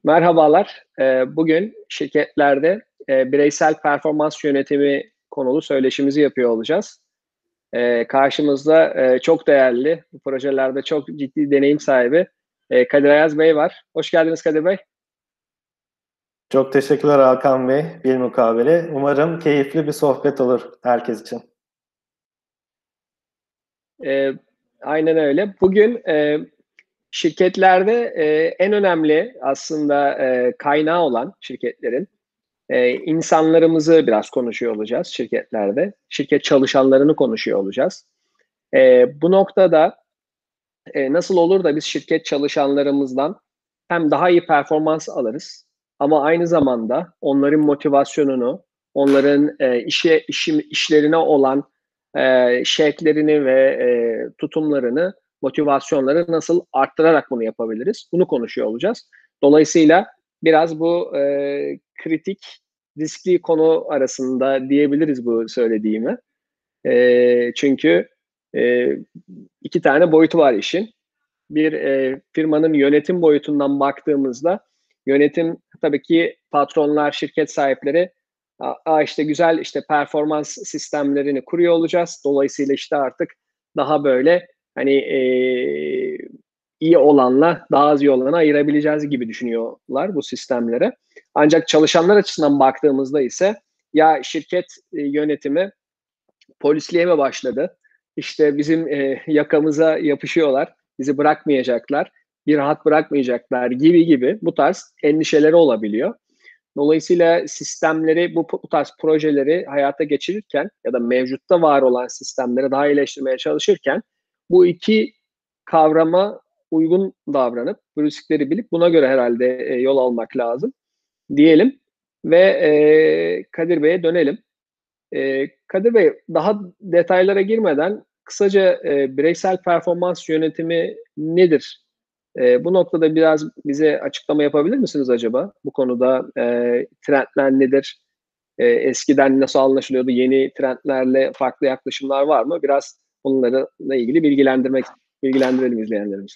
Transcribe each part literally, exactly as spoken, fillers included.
Merhabalar. Eee, bugün şirketlerde, eee, bireysel performans yönetimi konulu söyleşimizi yapıyor olacağız. Eee, karşımızda, eee, çok değerli, bu projelerde çok ciddi deneyim sahibi, eee, Kadir Ayaz Bey var. Hoş geldiniz Kadir Bey. Çok teşekkürler Hakan Bey, bilmukabele. Umarım keyifli bir sohbet olur herkes için. Eee, aynen öyle. Bugün, eee, şirketlerde, eee, en önemli aslında, eee, kaynağı olan şirketlerin, eee, insanlarımızı biraz konuşuyor olacağız şirketlerde. Şirket çalışanlarını konuşuyor olacağız. Eee, bu noktada, eee, nasıl olur da biz şirket çalışanlarımızdan hem daha iyi performans alırız ama aynı zamanda onların motivasyonunu, onların, eee, işe işim işlerine olan, eee, şevklerini ve, eee, tutumlarını, motivasyonları nasıl arttırarak bunu yapabiliriz? Bunu konuşuyor olacağız. Dolayısıyla biraz bu, eee, kritik, riskli konu arasında diyebiliriz bu söylediğime. Eee, çünkü, eee, iki tane boyutu var işin. Bir, eee, firmanın yönetim boyutundan baktığımızda yönetim tabii ki patronlar, şirket sahipleri, a a, işte, güzel, işte, performans sistemlerini kuruyor olacağız. Dolayısıyla, işte, artık daha böyle, hani, eee, iyi olanla daha az iyi olanı ayırabileceğiz gibi düşünüyorlar bu sistemlere. Ancak çalışanlar açısından baktığımızda ise ya şirket, eee, yönetimi polisliğe mi başladı? İşte bizim, eee, yakamıza yapışıyorlar, bizi bırakmayacaklar, bir rahat bırakmayacaklar gibi gibi bu tarz endişeleri olabiliyor. Dolayısıyla sistemleri, bu bu tarz projeleri hayata geçirirken ya da mevcutta var olan sistemleri daha iyileştirmeye çalışırken bu iki kavrama uygun davranıp, bu riskleri bilip buna göre herhâlde, eee, yol almak lazım diyelim ve, eee, Kadir Bey'e dönelim. Eee, Kadir Bey, daha detaylara girmeden kısaca, eee, bireysel performans yönetimi nedir? Eee, bu noktada biraz bize açıklama yapabilir misiniz acaba? Bu konuda, eee, trendler nedir? Eee, eskiden nasıl anlaşılıyordu? Yeni trendlerle farklı yaklaşımlar var mı? Biraz bunlarla ilgili bilgilendirmek bilgilendirelim izleyenlerimizi.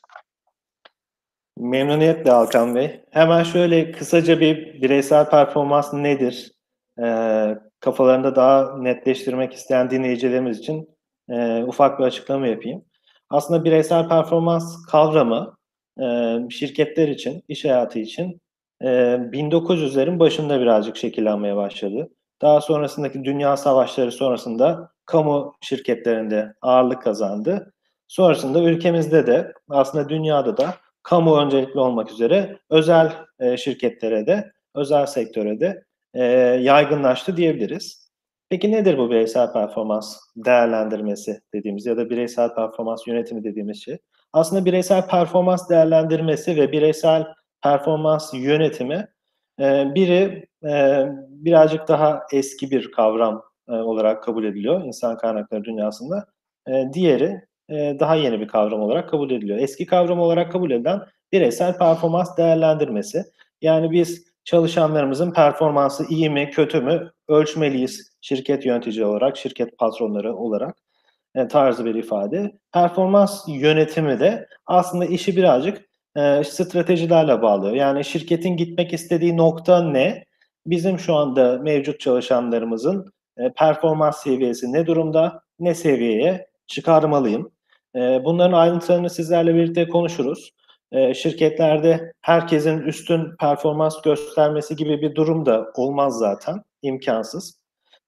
Memnuniyetle Hakan Bey. Hemen şöyle kısaca bir bireysel performans nedir? Ee, kafalarında daha netleştirmek isteyen dinleyicilerimiz için e, ufak bir açıklama yapayım. Aslında bireysel performans kavramı e, şirketler için, iş hayatı için e, bin dokuz yüzlerin başında birazcık şekillenmeye başladı. Daha sonrasındaki dünya savaşları sonrasında kamu şirketlerinde ağırlık kazandı. Sonrasında ülkemizde de aslında dünyada da kamu öncelikli olmak üzere özel e, şirketlere de, özel sektöre de e, yaygınlaştı diyebiliriz. Peki nedir bu bireysel performans değerlendirmesi dediğimiz ya da bireysel performans yönetimi dediğimiz şey? Aslında bireysel performans değerlendirmesi ve bireysel performans yönetimi e, biri e, birazcık daha eski bir kavram e, olarak kabul ediliyor insan kaynakları dünyasında. E, diğeri e, daha yeni bir kavram olarak kabul ediliyor. Eski kavram olarak kabul edilen bireysel performans değerlendirmesi. Yani biz çalışanlarımızın performansı iyi mi, kötü mü ölçmeliyiz şirket yönetici olarak, şirket patronları olarak e, tarzı bir ifade. Performans yönetimi de aslında işi birazcık e, stratejilerle bağlıyor. Yani şirketin gitmek istediği nokta ne? Bizim şu anda mevcut çalışanlarımızın e, performans seviyesi ne durumda? Ne seviyeye çıkarmalıyım? E, bunların ayrıntılarını sizlerle birlikte konuşuruz. E, şirketlerde herkesin üstün performans göstermesi gibi bir durum da olmaz zaten, imkansız.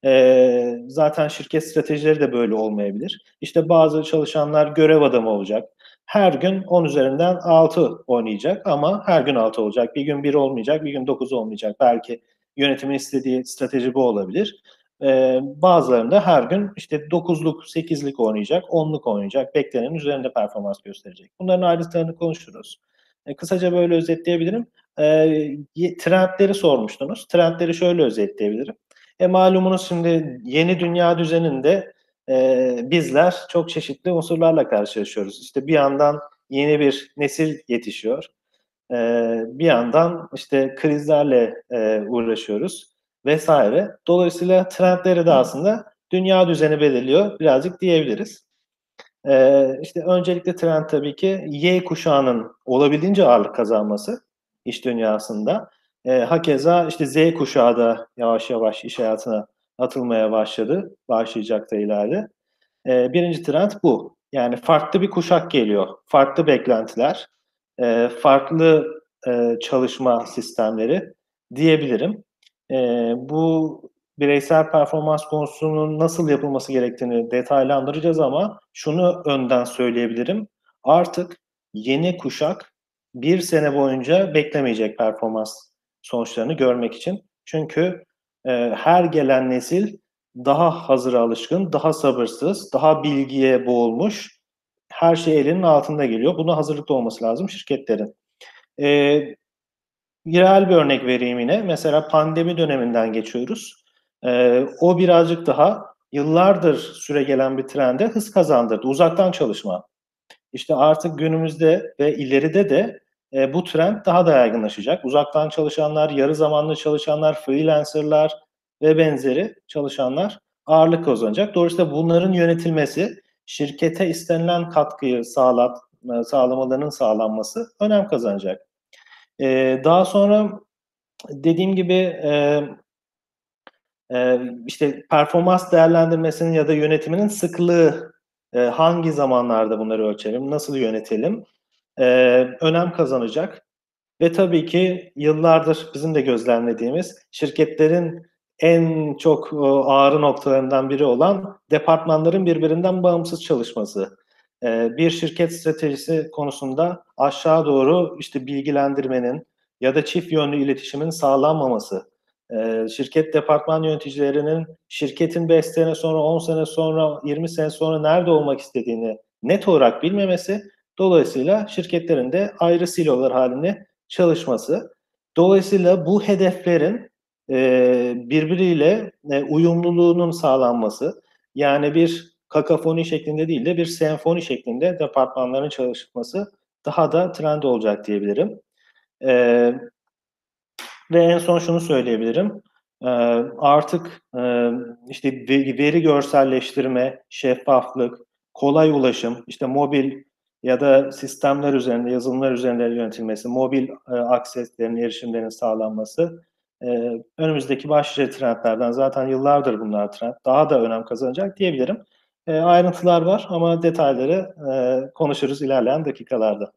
E, zaten şirket stratejileri de böyle olmayabilir. İşte bazı çalışanlar görev adamı olacak. Her gün on üzerinden altı oynayacak ama her gün altı olacak. Bir gün bir olmayacak, bir gün dokuz olmayacak. Belki yönetimin istediği strateji bu olabilir. Ee, bazılarında her gün işte dokuzluk, sekizlik oynayacak, onluk oynayacak, beklenenin üzerinde performans gösterecek. Bunların ayrıntılarını konuşuruz. E, kısaca böyle özetleyebilirim. E, trendleri sormuştunuz. Trendleri şöyle özetleyebilirim. E, malumunuz şimdi yeni dünya düzeninde e, bizler çok çeşitli unsurlarla karşılaşıyoruz. İşte bir yandan yeni bir nesil yetişiyor. E, bir yandan işte krizlerle e, uğraşıyoruz vesaire. Dolayısıyla trendleri de aslında dünya düzeni belirliyor birazcık diyebiliriz. Ee, işte öncelikle trend tabii ki Y kuşağının olabildiğince ağırlık kazanması. iş dünyasında. E, hakeza işte Z kuşağı da yavaş yavaş iş hayatına atılmaya başladı. Başlayacak da ileride. E, birinci trend bu. Yani farklı bir kuşak geliyor. Farklı beklentiler, e, farklı e, çalışma sistemleri diyebilirim. E, bu bireysel performans konusunun nasıl yapılması gerektiğini detaylandıracağız ama şunu önden söyleyebilirim. Artık yeni kuşak bir sene boyunca beklemeyecek performans sonuçlarını görmek için. Çünkü e, her gelen nesil daha hazıra alışkın, daha sabırsız, daha bilgiye boğulmuş. Her şey elinin altında geliyor. Buna hazırlıklı olması lazım şirketlerin. Ee, Real bir örnek vereyim yine. Mesela pandemi döneminden geçiyoruz. Ee, o birazcık daha yıllardır süregelen bir trende hız kazandırdı. Uzaktan çalışma. İşte artık günümüzde ve ileride de e, bu trend daha da yaygınlaşacak. Uzaktan çalışanlar, yarı zamanlı çalışanlar, freelancerlar ve benzeri çalışanlar ağırlık kazanacak. Dolayısıyla bunların yönetilmesi, şirkete istenilen katkıyı sağlat, sağlamalarının sağlanması önem kazanacak. E, daha sonra dediğim gibi e, e, işte performans değerlendirmesinin ya da yönetiminin sıklığı, e, hangi zamanlarda bunları ölçelim, nasıl yönetelim, e, önem kazanacak. Ve tabii ki yıllardır bizim de gözlemlediğimiz şirketlerin en çok e, ağrı noktalarından biri olan departmanların birbirinden bağımsız çalışması. E, bir şirket stratejisi konusunda aşağı doğru işte bilgilendirmenin ya da çift yönlü iletişimin sağlanmaması, e, şirket departman yöneticilerinin şirketin beş sene sonra, on sene sonra, yirmi sene sonra nerede olmak istediğini net olarak bilmemesi, dolayısıyla şirketlerin de ayrı silolar halinde çalışması. Dolayısıyla bu hedeflerin e, birbiriyle e, uyumluluğunun sağlanması, yani bir kakafoni şeklinde değil de bir senfoni şeklinde departmanların çalışması daha da trend olacak diyebilirim. E, Ve en son şunu söyleyebilirim. E, artık e, işte veri, veri görselleştirme, şeffaflık, kolay ulaşım, işte mobil ya da sistemler üzerinde, yazılımlar üzerinde yönetilmesi, mobil e, akseslerin, erişimlerin sağlanması e, önümüzdeki başlıca trendlerden. Zaten yıllardır bunlar trend. Daha da önem kazanacak diyebilirim. E, ayrıntılar var ama detayları e, konuşuruz ilerleyen dakikalarda.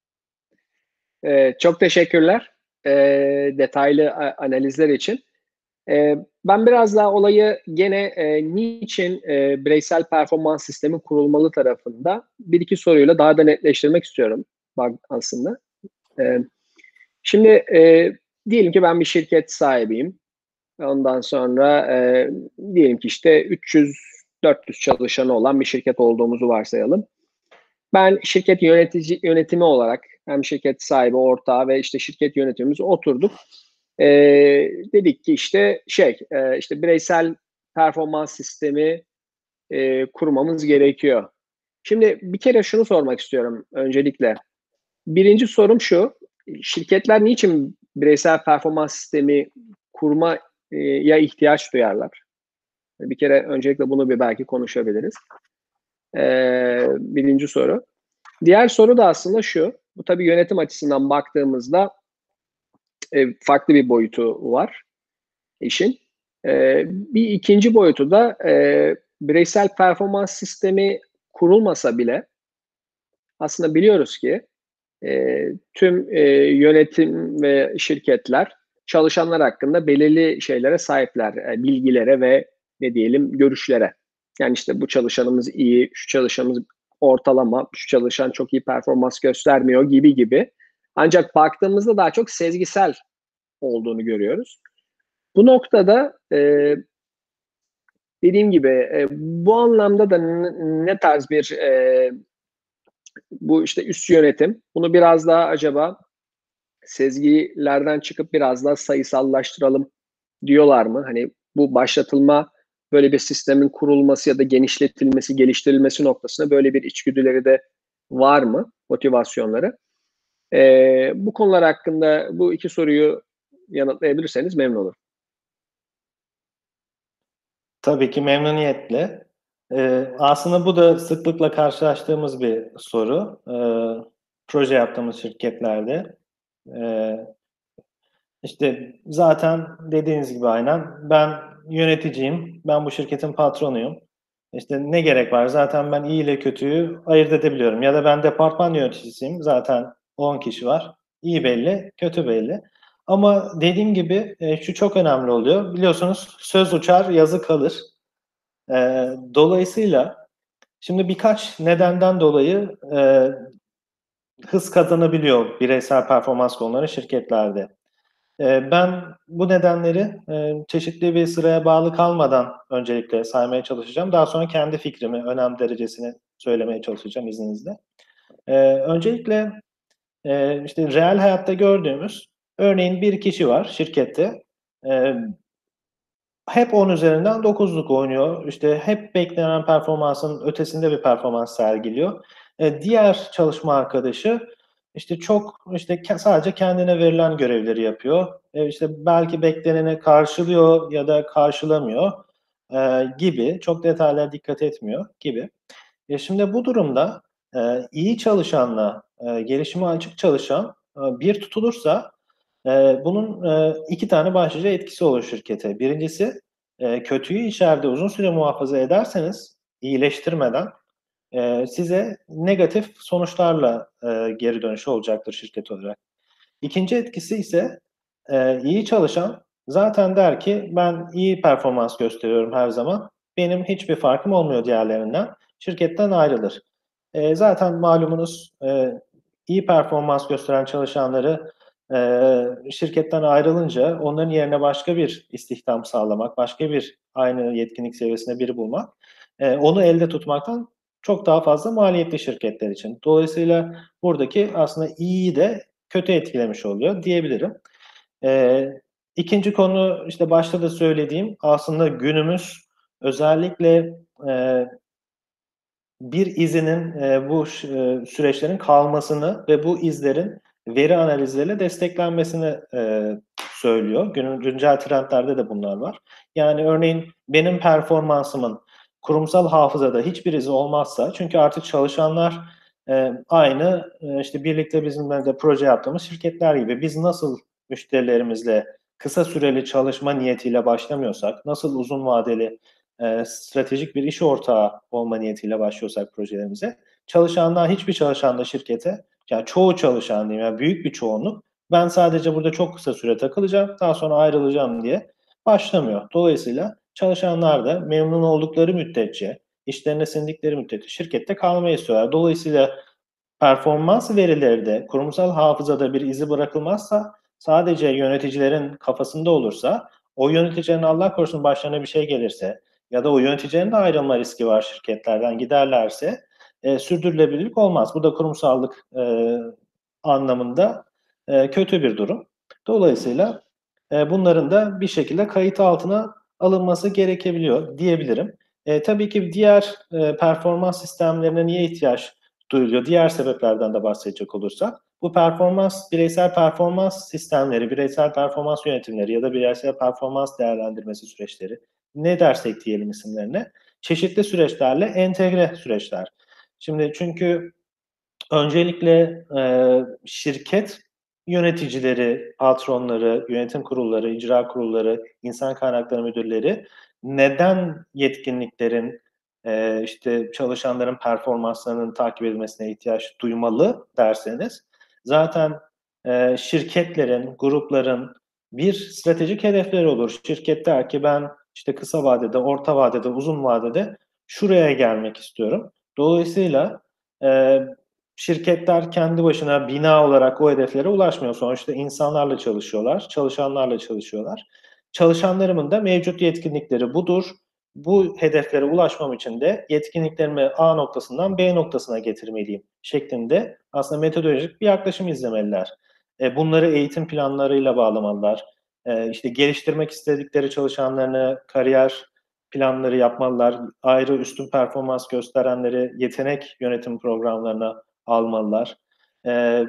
Ee, çok teşekkürler e, detaylı a- analizler için. E, ben biraz daha olayı gene e, niçin e, bireysel performans sistemi kurulmalı tarafında bir iki soruyla daha da netleştirmek istiyorum bak aslında. E, şimdi e, diyelim ki ben bir şirket sahibiyim. Ondan sonra e, diyelim ki işte üç yüz dört yüz çalışanı olan bir şirket olduğumuzu varsayalım. Ben şirket yönetici yönetimi olarak hem şirket sahibi, ortağı ve işte şirket yönetimimiz oturduk. Ee, dedik ki işte şey e, işte bireysel performans sistemi e, kurmamız gerekiyor. Şimdi bir kere şunu sormak istiyorum öncelikle. Birinci sorum şu. Şirketler niçin bireysel performans sistemi kurmaya ihtiyaç duyarlar? Bir kere öncelikle bunu bir belki konuşabiliriz. Ee, birinci soru. Diğer soru da aslında şu. Bu tabii yönetim açısından baktığımızda e, farklı bir boyutu var işin. E, bir ikinci boyutu da e, bireysel performans sistemi kurulmasa bile aslında biliyoruz ki e, tüm e, yönetim ve şirketler çalışanlar hakkında belirli şeylere sahipler, e, bilgilere ve ne diyelim görüşlere. Yani işte bu çalışanımız iyi, şu çalışanımız ortalama, şu çalışan çok iyi performans göstermiyor gibi gibi. Ancak baktığımızda daha çok sezgisel olduğunu görüyoruz. Bu noktada e, dediğim gibi e, bu anlamda da ne tarz bir e, bu işte üst yönetim bunu biraz daha acaba sezgilerden çıkıp biraz daha sayısallaştıralım diyorlar mı? Hani bu başlatılma böyle bir sistemin kurulması ya da genişletilmesi, geliştirilmesi noktasında böyle bir içgüdüleri de var mı? Motivasyonları. Ee, bu konular hakkında bu iki soruyu yanıtlayabilirseniz memnun olurum. Tabii ki memnuniyetle. Ee, aslında bu da sıklıkla karşılaştığımız bir soru. Ee, proje yaptığımız şirketlerde. Ee, İşte zaten dediğiniz gibi aynen ben yöneticiyim, ben bu şirketin patronuyum. İşte ne gerek var? Zaten ben iyi ile kötüyü ayırt edebiliyorum. Ya da ben departman yöneticisiyim. Zaten on kişi var. İyi belli, kötü belli. Ama dediğim gibi e, şu çok önemli oluyor. Biliyorsunuz söz uçar, yazı kalır. E, dolayısıyla şimdi birkaç nedenden dolayı e, hız kazanabiliyor bireysel performans konuları şirketlerde. Ee, Ben bu nedenleri e, çeşitli bir sıraya bağlı kalmadan öncelikle saymaya çalışacağım. Daha sonra kendi fikrimi, önem derecesini söylemeye çalışacağım izninizle. Ee, Öncelikle e, işte reel hayatta gördüğümüz, örneğin bir kişi var şirkette. Ee, Hep on üzerinden dokuzluk oynuyor. İşte hep beklenen performansın ötesinde bir performans sergiliyor. E, diğer çalışma arkadaşı işte çok işte ke- sadece kendine verilen görevleri yapıyor. E, işte belki bekleneni karşılıyor ya da karşılamıyor e, gibi. Çok detaylara dikkat etmiyor gibi. E, şimdi bu durumda e, iyi çalışanla e, gelişime açık çalışan e, bir tutulursa ee, bunun e, iki tane başlıca etkisi olur şirkete. Birincisi, e, kötüyü içeride uzun süre muhafaza ederseniz, iyileştirmeden e, size negatif sonuçlarla e, geri dönüşü olacaktır şirket olarak. İkinci etkisi ise e, iyi çalışan zaten der ki ben iyi performans gösteriyorum her zaman. Benim hiçbir farkım olmuyor diğerlerinden. Şirketten ayrılır. E, zaten malumunuz e, iyi performans gösteren çalışanları e, şirketten ayrılınca onların yerine başka bir istihdam sağlamak, başka bir aynı yetkinlik seviyesinde biri bulmak, e, onu elde tutmaktan çok daha fazla maliyetli şirketler için. Dolayısıyla buradaki aslında iyiyi de kötü etkilemiş oluyor diyebilirim. E, ikinci konu işte başta da söylediğim aslında günümüz özellikle e, bir izinin e, bu e, süreçlerin kalmasını ve bu izlerin veri analizleriyle desteklenmesini e, söylüyor. Günün güncel trendlerde de bunlar var. Yani örneğin benim performansımın kurumsal hafızada hiçbir izi olmazsa, çünkü artık çalışanlar e, aynı e, işte birlikte bizimle de proje yaptığımız şirketler gibi biz nasıl müşterilerimizle kısa süreli çalışma niyetiyle başlamıyorsak, nasıl uzun vadeli e, stratejik bir iş ortağı olma niyetiyle başlıyorsak projelerimize, çalışanlar hiçbir çalışan da şirkete, yani çoğu çalışan diyeyim, yani büyük bir çoğunluk ben sadece burada çok kısa süre takılacağım, daha sonra ayrılacağım diye başlamıyor. Dolayısıyla çalışanlar da memnun oldukları müddetçe, işlerine sindikleri müddetçe şirkette kalmayı istiyorlar. Dolayısıyla performans verileri de kurumsal hafızada bir izi bırakılmazsa, sadece yöneticilerin kafasında olursa, o yöneticilerin Allah korusun başlarına bir şey gelirse ya da o yöneticilerin de ayrılma riski var şirketlerden giderlerse e, sürdürülebilirlik olmaz. Bu da kurumsallık e, anlamında e, kötü bir durum. Dolayısıyla e, bunların da bir şekilde kayıt altına alınması gerekebiliyor diyebilirim. E, tabii ki diğer e, performans sistemlerine niye ihtiyaç duyuluyor? Diğer sebeplerden de bahsedecek olursak, bu performans, bireysel performans sistemleri, bireysel performans yönetimleri ya da bireysel performans değerlendirmesi süreçleri, ne dersek diyelim isimlerine, çeşitli süreçlerle entegre süreçler. Şimdi çünkü öncelikle e, şirket yöneticileri, patronları, yönetim kurulları, icra kurulları, insan kaynakları müdürleri neden yetkinliklerin, e, işte çalışanların performanslarının takip edilmesine ihtiyaç duymalı derseniz, zaten e, şirketlerin, grupların bir stratejik hedefleri olur. Şirket der ki ben işte kısa vadede, orta vadede, uzun vadede şuraya gelmek istiyorum. Dolayısıyla e, şirketler kendi başına bina olarak o hedeflere ulaşmıyor. Sonuçta insanlarla çalışıyorlar, çalışanlarla çalışıyorlar. Çalışanlarımın da mevcut yetkinlikleri budur. Bu hedeflere ulaşmam için de yetkinliklerimi A noktasından B noktasına getirmeliyim şeklinde aslında metodolojik bir yaklaşım izlemeliler. E, bunları eğitim planlarıyla bağlamalılar. E, işte geliştirmek istedikleri çalışanlarını kariyer planları yapmalılar. Ayrı üstün performans gösterenleri yetenek yönetim programlarına almalılar. E,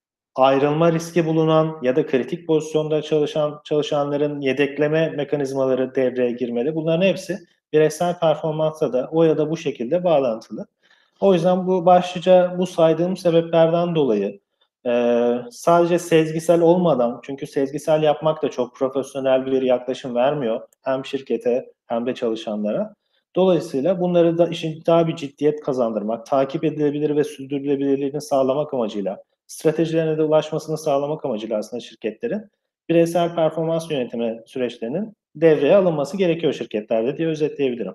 Ayrılma riski bulunan ya da kritik pozisyonda çalışan çalışanların yedekleme mekanizmaları devreye girmeli. Bunların hepsi bireysel performansla da o ya da bu şekilde bağlantılı. O yüzden bu başlıca bu saydığım sebeplerden dolayı Ee, sadece sezgisel olmadan, çünkü sezgisel yapmak da çok profesyonel bir yaklaşım vermiyor hem şirkete hem de çalışanlara. Dolayısıyla bunları da işin daha bir ciddiyet kazandırmak, takip edilebilir ve sürdürülebilirliğini sağlamak amacıyla, stratejilerine de ulaşmasını sağlamak amacıyla aslında şirketlerin bireysel performans yönetimi süreçlerinin devreye alınması gerekiyor şirketlerde diye özetleyebilirim.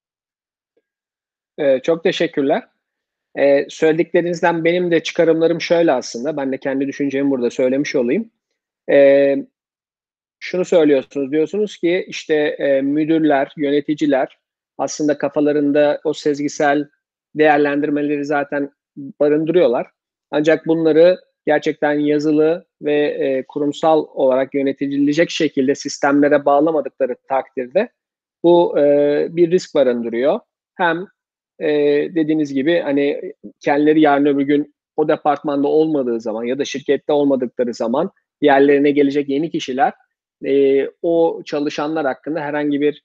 Ee, çok teşekkürler. Ee, söylediklerinizden benim de çıkarımlarım şöyle aslında. Ben de kendi düşüncemi burada söylemiş olayım. Ee, şunu söylüyorsunuz, diyorsunuz ki işte e, müdürler, yöneticiler aslında kafalarında o sezgisel değerlendirmeleri zaten barındırıyorlar. Ancak bunları gerçekten yazılı ve e, kurumsal olarak yönetilecek şekilde sistemlere bağlamadıkları takdirde bu e, bir risk barındırıyor. Hem e, dediğiniz gibi hani kendileri yarın öbür gün o departmanda olmadığı zaman ya da şirkette olmadıkları zaman yerlerine gelecek yeni kişiler e, o çalışanlar hakkında herhangi bir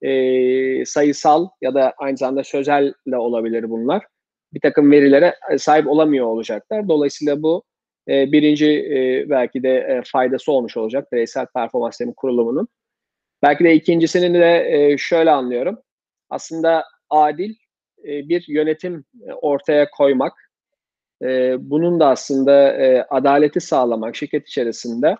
e, sayısal ya da aynı zamanda sözelle olabilir bunlar. Bir takım verilere sahip olamıyor olacaklar. Dolayısıyla bu e, birinci e, belki de e, faydası olmuş olacak bireysel performans sistemi kurulumunun. Belki de ikincisini de e, şöyle anlıyorum. Aslında adil e, bir yönetim ortaya koymak, e, bunun da aslında e, adaleti sağlamak şirket içerisinde.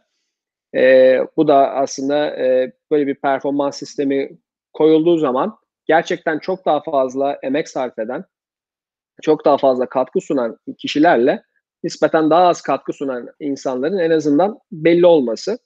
E, bu da aslında e, böyle bir performans sistemi koyulduğu zaman gerçekten çok daha fazla emek sarf eden, çok daha fazla katkı sunan kişilerle nispeten daha az katkı sunan insanların en azından belli olması.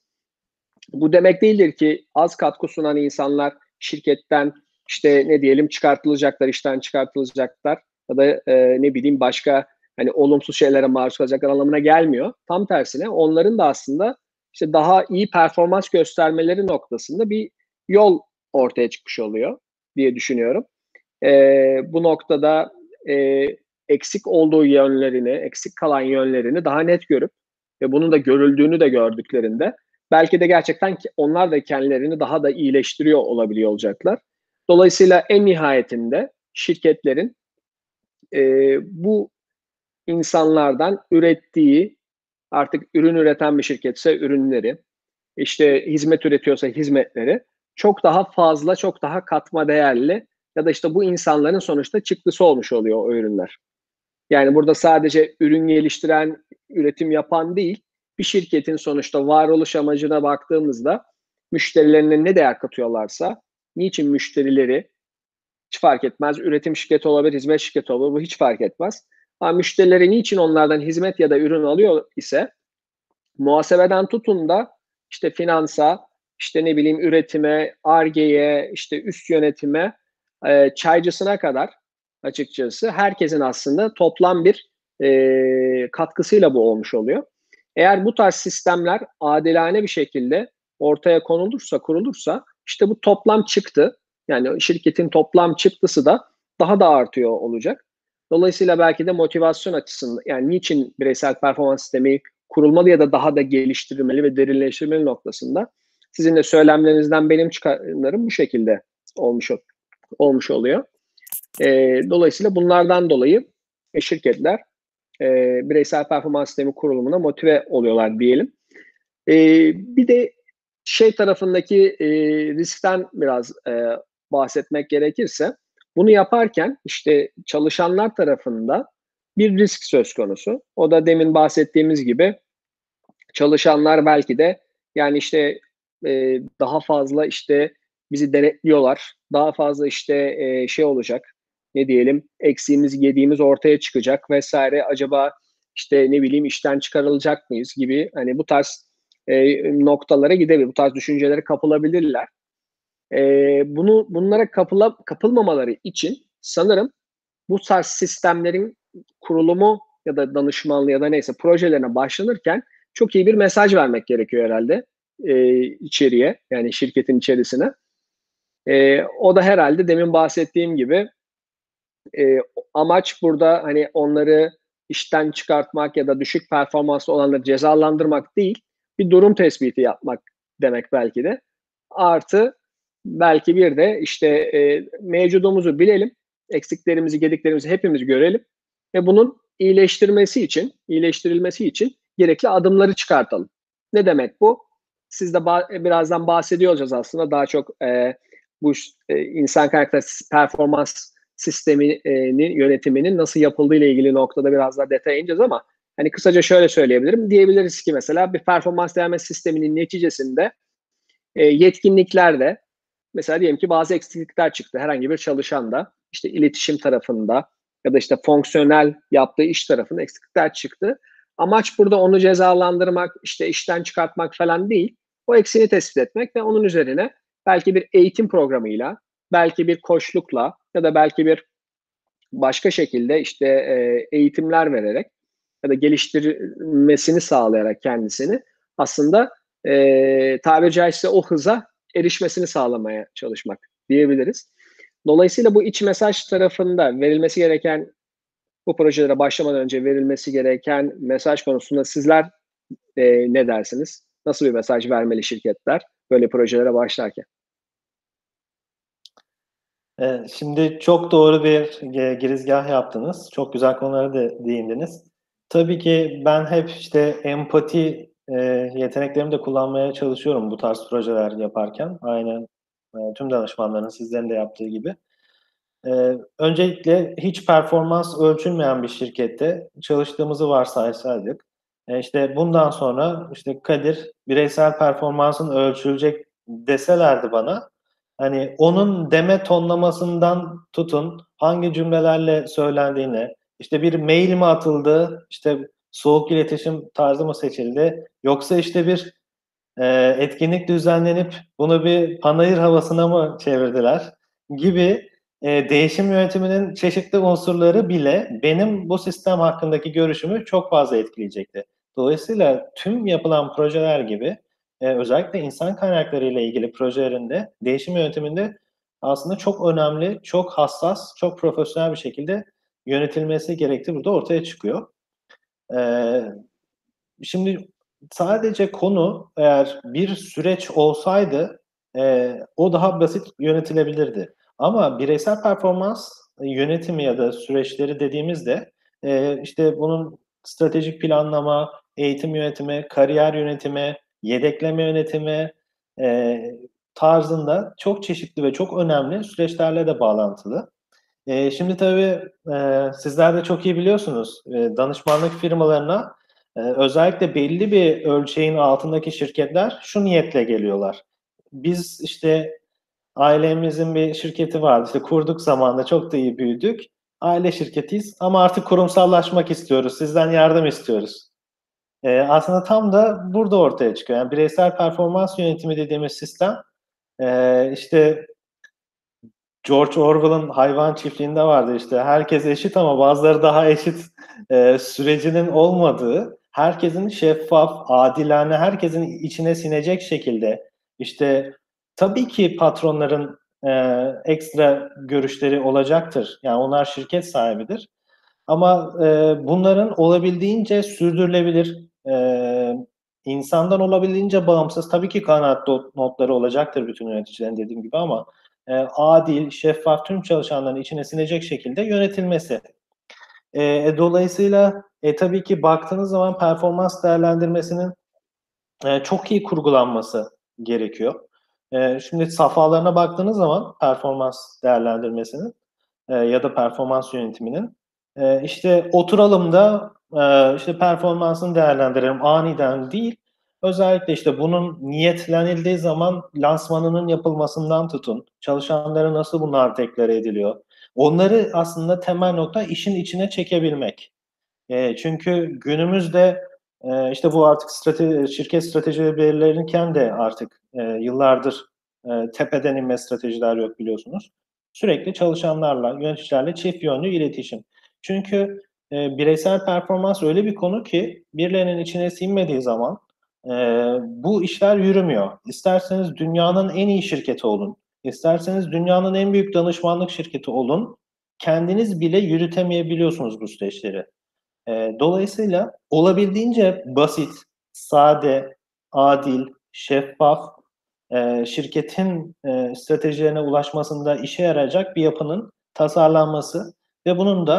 Bu demek değildir ki az katkı sunan insanlar şirketten işte ne diyelim çıkartılacaklar, işten çıkartılacaklar ya da e, ne bileyim başka hani olumsuz şeylere maruz kalacaklar anlamına gelmiyor. Tam tersine onların da aslında işte daha iyi performans göstermeleri noktasında bir yol ortaya çıkmış oluyor diye düşünüyorum. E, bu noktada e, eksik olduğu yönlerini, eksik kalan yönlerini daha net görüp ve bunun da görüldüğünü de gördüklerinde belki de gerçekten onlar da kendilerini daha da iyileştiriyor olabiliyor olacaklar. Dolayısıyla en nihayetinde şirketlerin e, bu insanlardan ürettiği, artık ürün üreten bir şirketse ürünleri, işte hizmet üretiyorsa hizmetleri çok daha fazla, çok daha katma değerli ya da işte bu insanların sonuçta çıktısı olmuş oluyor o ürünler. Yani burada sadece ürün geliştiren, üretim yapan değil, bir şirketin sonuçta varoluş amacına baktığımızda müşterilerine ne değer katıyorlarsa, niçin müşterileri hiç fark etmez, üretim şirketi olabilir, hizmet şirketi olabilir, bu hiç fark etmez. Ama müşterileri niçin onlardan hizmet ya da ürün alıyor ise muhasebeden tutun da işte finansa, işte ne bileyim üretime, Ar-Ge'ye, işte üst yönetime, e, çaycısına kadar açıkçası herkesin aslında toplam bir e, katkısıyla bu olmuş oluyor. Eğer bu tarz sistemler adilane bir şekilde ortaya konulursa, kurulursa işte bu toplam çıktı, yani şirketin toplam çıktısı da daha da artıyor olacak. Dolayısıyla belki de motivasyon açısından, yani niçin bireysel performans sistemi kurulmalı ya da daha da geliştirilmeli ve derinleştirilmeli noktasında sizin de söylemlerinizden benim çıkarımlarım bu şekilde olmuş olmuş oluyor. E, dolayısıyla bunlardan dolayı e, şirketler e, bireysel performans sistemi kurulumuna motive oluyorlar diyelim. E, bir de şey tarafındaki e, riskten biraz e, bahsetmek gerekirse, bunu yaparken işte çalışanlar tarafında bir risk söz konusu. O da demin bahsettiğimiz gibi çalışanlar belki de yani işte e, daha fazla işte bizi denetliyorlar. Daha fazla işte e, şey olacak. Ne diyelim? Eksiğimiz, yediğimiz ortaya çıkacak vesaire. Acaba işte ne bileyim işten çıkarılacak mıyız gibi hani bu tarz e, noktalara gidebilir. Bu tarz düşüncelere kapılabilirler. E, bunu bunlara kapıla, kapılmamaları için sanırım bu tarz sistemlerin kurulumu ya da danışmanlığı ya da neyse projelerine başlanırken çok iyi bir mesaj vermek gerekiyor herhalde e, içeriye, yani şirketin içerisine. E, o da herhalde demin bahsettiğim gibi e, amaç burada hani onları işten çıkartmak ya da düşük performanslı olanları cezalandırmak değil, bir durum tespiti yapmak demek belki de. Artı belki bir de işte e, mevcudumuzu bilelim, eksiklerimizi, gediklerimizi hepimiz görelim ve bunun iyileştirmesi için, iyileştirilmesi için gerekli adımları çıkartalım. Ne demek bu? Siz de ba- birazdan bahsediyor olacağız aslında daha çok e, bu e, insan kaynakları performans sisteminin yönetiminin nasıl yapıldığı ile ilgili noktada biraz daha detaya ineceğiz ama hani kısaca şöyle söyleyebilirim. Diyebiliriz ki mesela bir performans değerlendirme sisteminin neticesinde e, yetkinliklerde mesela diyelim ki bazı eksiklikler çıktı herhangi bir çalışanda işte iletişim tarafında ya da işte fonksiyonel yaptığı iş tarafında eksiklikler çıktı. Amaç burada onu cezalandırmak, işte işten çıkartmak falan değil. O eksiğini tespit etmek ve onun üzerine belki bir eğitim programıyla, belki bir koçlukla ya da belki bir başka şekilde işte e, eğitimler vererek ya da geliştirmesini sağlayarak kendisini aslında e, tabiri caizse o hıza erişmesini sağlamaya çalışmak diyebiliriz. Dolayısıyla bu iç mesaj tarafında verilmesi gereken, bu projelere başlamadan önce verilmesi gereken mesaj konusunda sizler e, ne dersiniz? Nasıl bir mesaj vermeli şirketler böyle projelere başlarken? Ee, Şimdi çok doğru bir e, girizgah yaptınız. Çok güzel konulara da değindiniz. Tabii ki ben hep işte empati e, yeteneklerimi de kullanmaya çalışıyorum bu tarz projeler yaparken. Aynen e, tüm danışmanların sizlerin de yaptığı gibi. Ee, öncelikle hiç performans ölçülmeyen bir şirkette çalıştığımızı varsaysaydık, e, işte bundan sonra işte Kadir bireysel performansın ölçülecek deselerdi bana, hani onun deme tonlamasından tutun, hangi cümlelerle söylendiğine, işte bir mail mi atıldı, işte soğuk iletişim tarzı mı seçildi, yoksa işte bir e, etkinlik düzenlenip bunu bir panayır havasına mı çevirdiler gibi e, değişim yönetiminin çeşitli unsurları bile benim bu sistem hakkındaki görüşümü çok fazla etkileyecekti. Dolayısıyla tüm yapılan projeler gibi e, özellikle insan kaynakları ile ilgili projelerinde değişim yönetiminde aslında çok önemli, çok hassas, çok profesyonel bir şekilde yönetilmesi gerektiği burada ortaya çıkıyor. Ee, Şimdi sadece konu eğer bir süreç olsaydı e, o daha basit yönetilebilirdi. Ama bireysel performans yönetimi ya da süreçleri dediğimizde e, işte bunun stratejik planlama, eğitim yönetimi, kariyer yönetimi, yedekleme yönetimi e, tarzında çok çeşitli ve çok önemli süreçlerle de bağlantılı. E, şimdi tabii e, sizler de çok iyi biliyorsunuz e, danışmanlık firmalarına e, özellikle belli bir ölçeğin altındaki şirketler şu niyetle geliyorlar. Biz işte ailemizin bir şirketi vardı, işte kurduk zamanında çok da iyi büyüdük. Aile şirketiyiz ama artık kurumsallaşmak istiyoruz, sizden yardım istiyoruz. E, aslında tam da burada ortaya çıkıyor. Yani bireysel performans yönetimi dediğimiz sistem e, işte George Orwell'ın Hayvan Çiftliği'nde vardı işte herkes eşit ama bazıları daha eşit e, sürecinin olmadığı, herkesin şeffaf, adilane, herkesin içine sinecek şekilde işte tabii ki patronların e, ekstra görüşleri olacaktır. Yani onlar şirket sahibidir. Ama e, bunların olabildiğince sürdürülebilir, e, insandan olabildiğince bağımsız, tabii ki kanaat notları olacaktır bütün yöneticilerin dediğim gibi ama e, adil, şeffaf, tüm çalışanların içine sinecek şekilde yönetilmesi. E, e, dolayısıyla e, tabii ki baktığınız zaman performans değerlendirmesinin e, çok iyi kurgulanması gerekiyor. E, şimdi safhalarına baktığınız zaman performans değerlendirmesinin e, ya da performans yönetiminin e, işte oturalım da e, işte performansını değerlendirelim aniden değil. Özellikle işte bunun niyetlenildiği zaman lansmanının yapılmasından tutun, çalışanlara nasıl bunlar deklare ediliyor. Onları aslında temel nokta işin içine çekebilmek. E, çünkü günümüzde e, işte bu artık strateji, şirket stratejileri belirlenirken de artık e, yıllardır e, tepeden inme stratejiler yok biliyorsunuz. Sürekli çalışanlarla, yöneticilerle çift yönlü iletişim. Çünkü e, bireysel performans öyle bir konu ki birilerinin içine sinmediği zaman e, bu işler yürümüyor. İsterseniz dünyanın en iyi şirketi olun, isterseniz dünyanın en büyük danışmanlık şirketi olun, kendiniz bile yürütemeyebiliyorsunuz bu süreçleri. E, dolayısıyla olabildiğince basit, sade, adil, şeffaf, e, şirketin e, stratejilerine ulaşmasında işe yarayacak bir yapının tasarlanması ve bunun da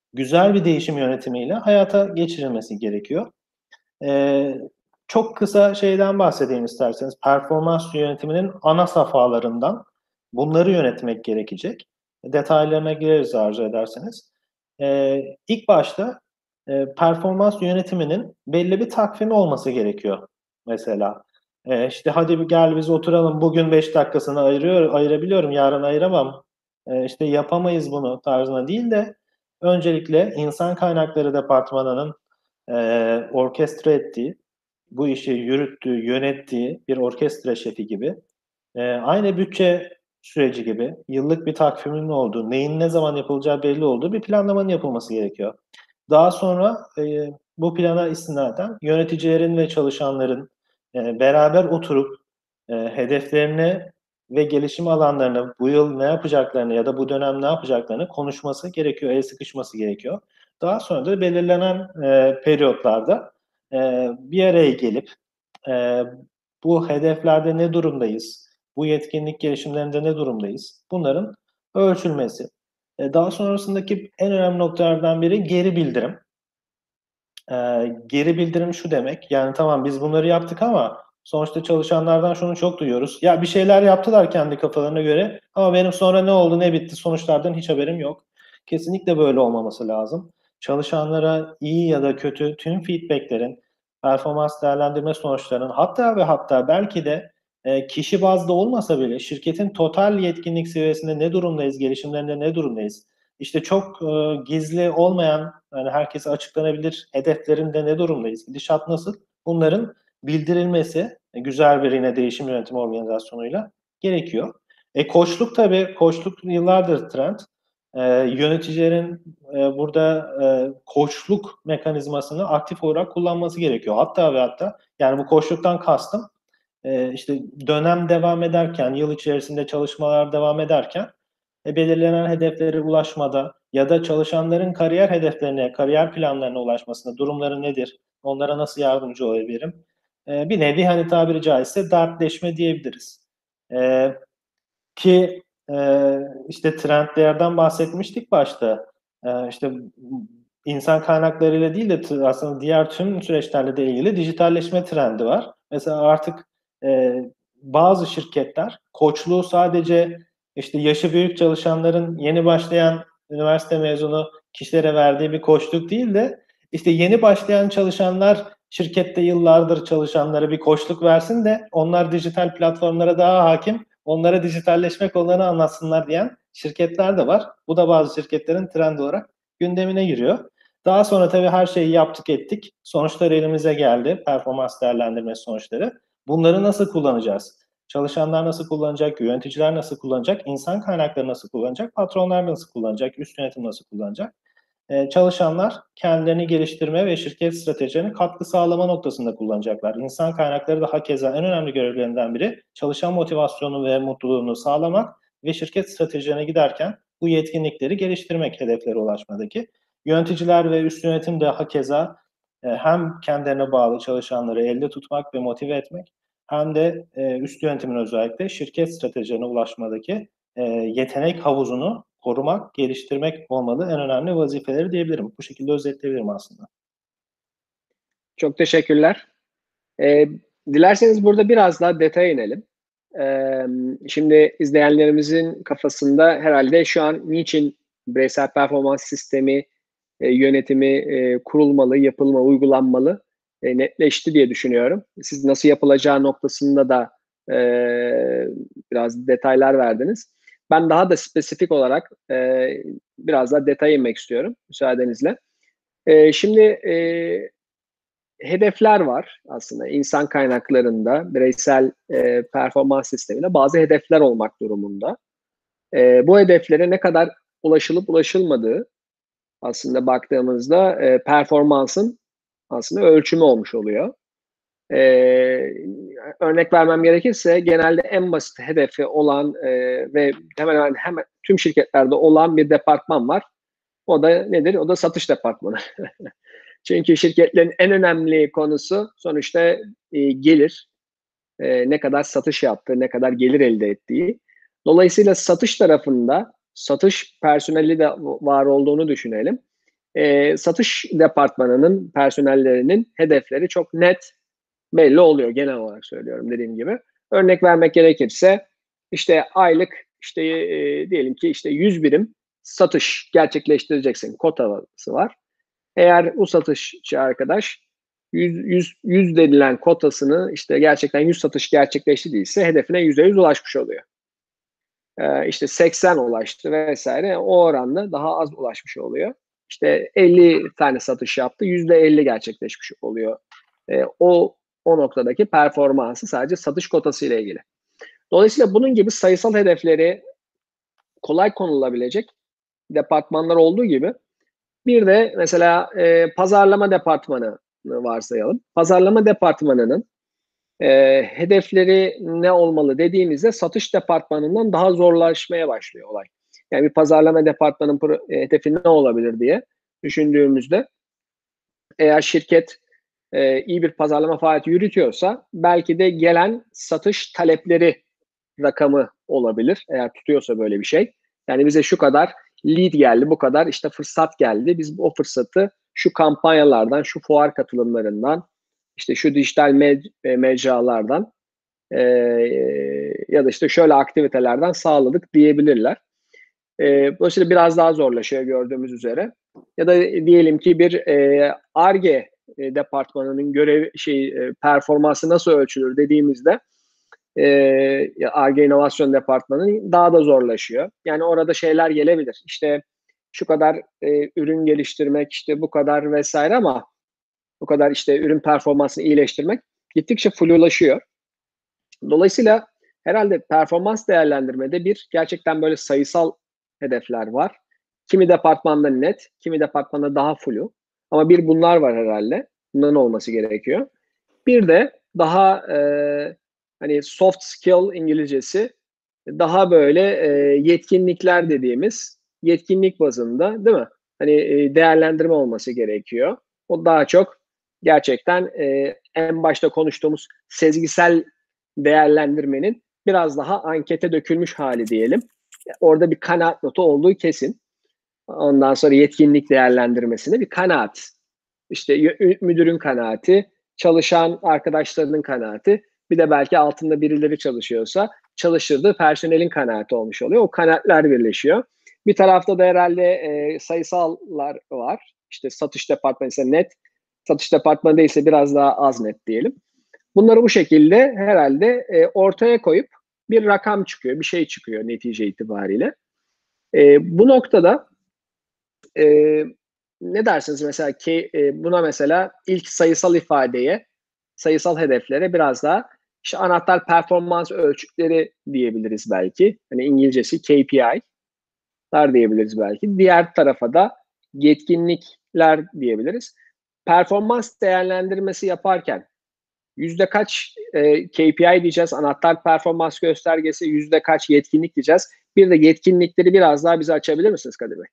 güzel bir değişim yönetimiyle hayata geçirilmesi gerekiyor. Ee, çok kısa şeyden bahsedeyim isterseniz. Performans yönetiminin ana safhalarından bunları yönetmek gerekecek. Detaylarına gireriz arzu ederseniz. Ee, ilk başta e, performans yönetiminin belli bir takvimi olması gerekiyor. Mesela e, işte hadi bir gel biz oturalım, bugün beş dakikasını ayırıyor, ayırabiliyorum, yarın ayıramam. E, işte yapamayız bunu tarzına değil de öncelikle insan kaynakları departmanının e, orkestra ettiği, bu işi yürüttüğü, yönettiği bir orkestra şefi gibi, e, aynı bütçe süreci gibi yıllık bir takvimin olduğu, neyin ne zaman yapılacağı belli olduğu bir planlamanın yapılması gerekiyor. Daha sonra e, bu plana istinaden yöneticilerin ve çalışanların e, beraber oturup e, hedeflerini ve gelişim alanlarını, bu yıl ne yapacaklarını ya da bu dönem ne yapacaklarını konuşması gerekiyor, el sıkışması gerekiyor. Daha sonra da belirlenen e, periyotlarda e, bir araya gelip e, bu hedeflerde ne durumdayız, bu yetkinlik gelişimlerinde ne durumdayız, bunların ölçülmesi. E, daha sonrasındaki en önemli noktalardan biri geri bildirim. E, geri bildirim şu demek, yani tamam biz bunları yaptık ama sonuçta çalışanlardan şunu çok duyuyoruz. Ya bir şeyler yaptılar kendi kafalarına göre ama benim sonra ne oldu ne bitti sonuçlardan hiç haberim yok. Kesinlikle böyle olmaması lazım. Çalışanlara iyi ya da kötü tüm feedbacklerin, performans değerlendirme sonuçlarının, hatta ve hatta belki de e, kişi bazlı olmasa bile şirketin total yetkinlik seviyesinde ne durumdayız, gelişimlerinde ne durumdayız? İşte çok e, gizli olmayan, yani herkese açıklanabilir hedeflerinde ne durumdayız, gidişat nasıl? Bunların bildirilmesi e, güzel bir yine değişim yönetimi organizasyonuyla gerekiyor. E koçluk tabii, koçluk yıllardır trend. E, yöneticilerin e, burada e, koçluk mekanizmasını aktif olarak kullanması gerekiyor. Hatta ve hatta yani bu koçluktan kastım e, işte dönem devam ederken, yıl içerisinde çalışmalar devam ederken e, belirlenen hedeflere ulaşmada ya da çalışanların kariyer hedeflerine, kariyer planlarına ulaşmasında durumları nedir? Onlara nasıl yardımcı olabilirim? E, bir nevi hani tabiri caizse dertleşme diyebiliriz. E, ki e, işte trendlerden bahsetmiştik başta. E, işte insan kaynaklarıyla değil de aslında diğer tüm süreçlerle de ilgili dijitalleşme trendi var. Mesela artık e, bazı şirketler koçluğu sadece işte yaşı büyük çalışanların yeni başlayan üniversite mezunu kişilere verdiği bir koçluk değil de işte yeni başlayan çalışanlar şirkette yıllardır çalışanlara bir koçluk versin de onlar dijital platformlara daha hakim, onlara dijitalleşme konularını anlatsınlar diyen şirketler de var. Bu da bazı şirketlerin trend olarak gündemine giriyor. Daha sonra tabii her şeyi yaptık ettik. Sonuçlar elimize geldi. Performans değerlendirme sonuçları. Bunları nasıl kullanacağız? Çalışanlar nasıl kullanacak? Yöneticiler nasıl kullanacak? İnsan kaynakları nasıl kullanacak? Patronlar nasıl kullanacak? Üst yönetim nasıl kullanacak? Ee, çalışanlar kendilerini geliştirme ve şirket stratejilerine katkı sağlama noktasında kullanacaklar. İnsan kaynakları da hakeza en önemli görevlerinden biri çalışan motivasyonu ve mutluluğunu sağlamak ve şirket stratejilerine giderken bu yetkinlikleri geliştirmek hedeflere ulaşmadaki. Yöneticiler ve üst yönetim de hakeza e, hem kendilerine bağlı çalışanları elde tutmak ve motive etmek hem de e, üst yönetimin özellikle şirket stratejilerine ulaşmadaki e, yetenek havuzunu korumak, geliştirmek olmalı en önemli vazifeleri diyebilirim. Bu şekilde özetleyebilirim aslında. Çok teşekkürler. Ee, dilerseniz burada biraz daha detaya inelim. Ee, şimdi izleyenlerimizin kafasında herhalde şu an niçin bireysel performans sistemi e, yönetimi e, kurulmalı, yapılmalı, uygulanmalı e, netleşti diye düşünüyorum. Siz nasıl yapılacağı noktasında da e, biraz detaylar verdiniz. Ben daha da spesifik olarak e, biraz daha detay inmek istiyorum müsaadenizle. E, şimdi e, hedefler var aslında insan kaynaklarında bireysel e, performans sisteminde bazı hedefler olmak durumunda. E, bu hedeflere ne kadar ulaşılıp ulaşılmadığı aslında baktığımızda e, performansın aslında ölçümü olmuş oluyor. E, örnek vermem gerekirse genelde en basit hedefi olan e, ve hemen hemen hemen tüm şirketlerde olan bir departman var. O da nedir? O da satış departmanı. Çünkü şirketlerin en önemli konusu sonuçta e, gelir. E, ne kadar satış yaptığı, ne kadar gelir elde ettiği. Dolayısıyla satış tarafında satış personeli de var olduğunu düşünelim. e, satış departmanının personellerinin hedefleri çok net belli oluyor, genel olarak söylüyorum dediğim gibi. Örnek vermek gerekirse işte aylık işte e, diyelim ki işte yüz birim satış gerçekleştireceksin, kotası var. Eğer bu satışçı arkadaş yüz, yüz, yüz denilen kotasını işte gerçekten yüz satış gerçekleştirdiyse hedefine yüzde yüz ulaşmış oluyor. Ee, işte seksen ulaştı vesaire, o oranla daha az ulaşmış oluyor. İşte elli tane satış yaptı, yüzde elli gerçekleşmiş oluyor. Ee, o o noktadaki performansı sadece satış kotası ile ilgili. Dolayısıyla bunun gibi sayısal hedefleri kolay konulabilecek departmanlar olduğu gibi bir de mesela e, pazarlama departmanı varsayalım. Pazarlama departmanının e, hedefleri ne olmalı dediğimizde satış departmanından daha zorlaşmaya başlıyor olay. Yani bir pazarlama departmanının pro- e, hedefi ne olabilir diye düşündüğümüzde, eğer şirket e, iyi bir pazarlama faaliyeti yürütüyorsa belki de gelen satış talepleri rakamı olabilir. Eğer tutuyorsa böyle bir şey. Yani bize şu kadar lead geldi, bu kadar işte fırsat geldi. Biz o fırsatı şu kampanyalardan, şu fuar katılımlarından, işte şu dijital med- e, mecralardan e, ya da işte şöyle aktivitelerden sağladık diyebilirler. E, dolayısıyla biraz daha zorlaşıyor gördüğümüz üzere. Ya da diyelim ki bir Ar-Ge e, departmanının görev şey e, performansı nasıl ölçülür dediğimizde Ar-Ge İnovasyon Departmanı daha da zorlaşıyor. Yani orada şeyler gelebilir. İşte şu kadar e, ürün geliştirmek, işte bu kadar vesaire, ama bu kadar işte ürün performansını iyileştirmek gittikçe flulaşıyor. Dolayısıyla herhalde performans değerlendirmede bir gerçekten böyle sayısal hedefler var. Kimi departmanda net, kimi departmanda daha flu. Ama bir bunlar var herhalde. Bunların olması gerekiyor. Bir de daha e, hani soft skill İngilizcesi, daha böyle e, yetkinlikler dediğimiz yetkinlik bazında, değil mi? Hani e, değerlendirme olması gerekiyor. O daha çok gerçekten e, en başta konuştuğumuz sezgisel değerlendirmenin biraz daha ankete dökülmüş hali diyelim. Orada bir kanaat notu olduğu kesin. Ondan sonra yetkinlik değerlendirmesinde bir kanaat. İşte müdürün kanaati, çalışan arkadaşlarının kanaati, bir de belki altında birileri çalışıyorsa çalıştırdığı personelin kanaati olmuş oluyor. O kanaatler birleşiyor. Bir tarafta da herhalde e, sayısallar var. İşte satış departmanı ise net, satış departmanı değilse biraz daha az net diyelim. Bunları bu şekilde herhalde e, ortaya koyup bir rakam çıkıyor, bir şey çıkıyor netice itibariyle. E, bu noktada e, ne dersiniz mesela ki e, buna mesela ilk sayısal ifadeye, sayısal hedeflere biraz daha işte anahtar performans ölçütleri diyebiliriz belki. Hani İngilizcesi K P I'lar diyebiliriz belki. Diğer tarafa da yetkinlikler diyebiliriz. Performans değerlendirmesi yaparken yüzde kaç e, K P I diyeceğiz, anahtar performans göstergesi, yüzde kaç yetkinlik diyeceğiz. Bir de yetkinlikleri biraz daha bize açabilir misiniz Kadir Bey?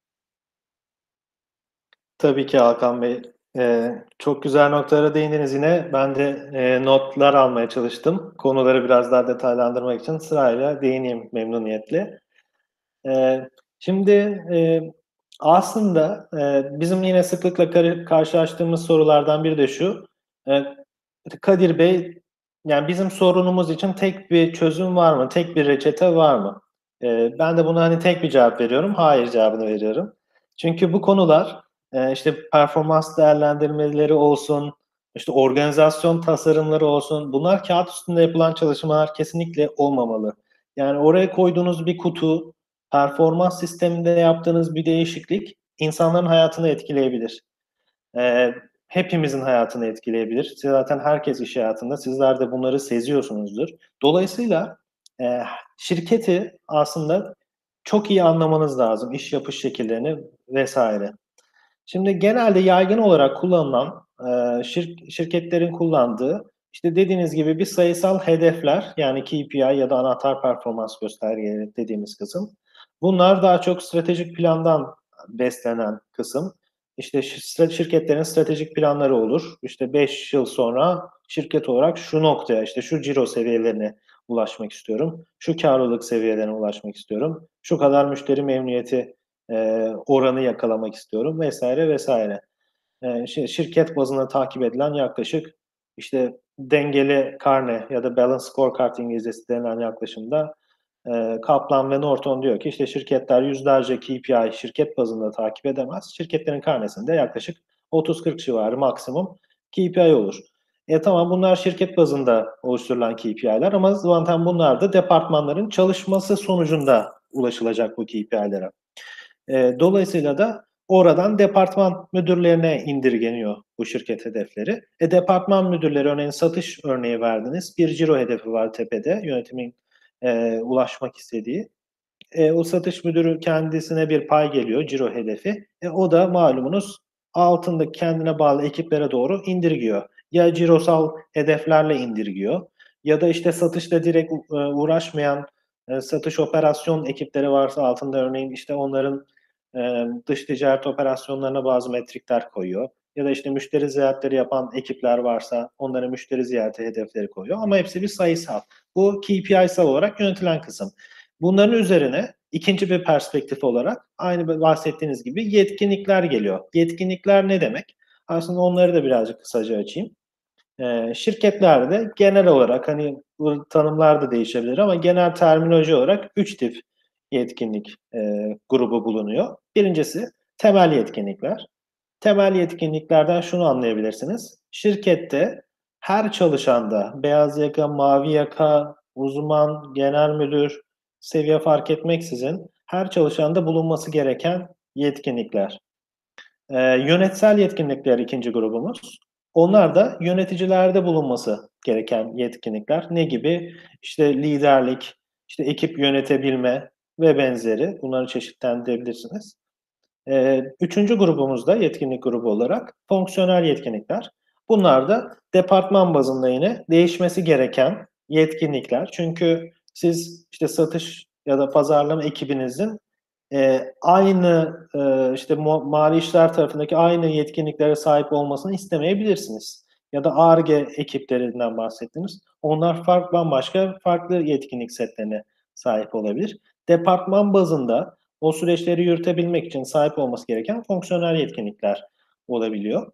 Tabii ki Hakan Bey. Ee, çok güzel noktalara değindiniz yine. Ben de e, notlar almaya çalıştım. Konuları biraz daha detaylandırmak için sırayla değineyim memnuniyetle. Ee, şimdi e, aslında e, bizim yine sıklıkla kar- karşılaştığımız sorulardan biri de şu. E, Kadir Bey, yani bizim sorunumuz için tek bir çözüm var mı? Tek bir reçete var mı? E, ben de buna hani tek bir cevap veriyorum. Hayır cevabını veriyorum. Çünkü bu konular e, işte performans değerlendirmeleri olsun, işte organizasyon tasarımları olsun, bunlar kağıt üstünde yapılan çalışmalar kesinlikle olmamalı. Yani oraya koyduğunuz bir kutu, performans sisteminde yaptığınız bir değişiklik insanların hayatını etkileyebilir. Ee, hepimizin hayatını etkileyebilir. Zaten herkes iş hayatında. Sizler de bunları seziyorsunuzdur. Dolayısıyla e, şirketi aslında çok iyi anlamanız lazım. İş yapış şekillerini vesaire. Şimdi genelde yaygın olarak kullanılan e, şir şirketlerin kullandığı işte dediğiniz gibi bir sayısal hedefler, yani K P I ya da anahtar performans göstergeleri dediğimiz kısım. Bunlar daha çok stratejik plandan beslenen kısım. İşte şirketlerin stratejik planları olur. İşte beş yıl sonra şirket olarak şu noktaya, işte şu ciro seviyelerine ulaşmak istiyorum. Şu karlılık seviyelerine ulaşmak istiyorum. Şu kadar müşteri memnuniyeti e, oranı yakalamak istiyorum vesaire vesaire. E, şirket bazında takip edilen yaklaşık işte dengeli karne ya da balance scorecard İngilizcesi denilen yaklaşımda e, Kaplan ve Norton diyor ki işte şirketler yüzlerce K P I şirket bazında takip edemez. Şirketlerin karnesinde yaklaşık otuz kırk civarı maksimum K P I olur. E tamam, bunlar şirket bazında oluşturulan K P I'ler ama zaten bunlar da departmanların çalışması sonucunda ulaşılacak bu K P I'lere. E, dolayısıyla da oradan departman müdürlerine indirgeniyor bu şirket hedefleri. E, departman müdürleri, örneğin satış örneği verdiniz. Bir ciro hedefi var tepede, yönetimin e, ulaşmak istediği. E, o satış müdürü kendisine bir pay geliyor, ciro hedefi. E, o da malumunuz altındaki kendine bağlı ekiplere doğru indirgiyor. Ya cirosal hedeflerle indirgiyor ya da işte satışla direkt e, uğraşmayan e, satış operasyon ekipleri varsa altında, örneğin işte onların e, dış ticaret operasyonlarına bazı metrikler koyuyor. Ya da işte müşteri ziyaretleri yapan ekipler varsa onlara müşteri ziyareti hedefleri koyuyor. Ama hepsi bir sayısal. Bu K P I'sal olarak yönetilen kısım. Bunların üzerine ikinci bir perspektif olarak aynı bahsettiğiniz gibi yetkinlikler geliyor. Yetkinlikler ne demek? Aslında onları da birazcık kısaca açayım. Ee, şirketlerde genel olarak, hani bu tanımlar da değişebilir ama genel terminoloji olarak üç tip yetkinlik e, grubu bulunuyor. Birincisi temel yetkinlikler. Temel yetkinliklerden şunu anlayabilirsiniz. Şirkette her çalışanda beyaz yaka, mavi yaka, uzman, genel müdür, seviye fark etmeksizin her çalışanda bulunması gereken yetkinlikler. Ee, yönetsel yetkinlikler ikinci grubumuz. Onlar da yöneticilerde bulunması gereken yetkinlikler. Ne gibi? İşte liderlik, işte ekip yönetebilme ve benzeri. Bunları çeşitlendirebilirsiniz. Ee, üçüncü grubumuzda yetkinlik grubu olarak fonksiyonel yetkinlikler. Bunlar da departman bazında yine değişmesi gereken yetkinlikler. Çünkü siz işte satış ya da pazarlama ekibinizin e, aynı e, işte mali işler tarafındaki aynı yetkinliklere sahip olmasını istemeyebilirsiniz. Ya da Ar-Ge ekiplerinden bahsettiniz. Onlar farklı, bambaşka farklı yetkinlik setlerine sahip olabilir. Departman bazında o süreçleri yürütebilmek için sahip olması gereken fonksiyonel yetkinlikler olabiliyor.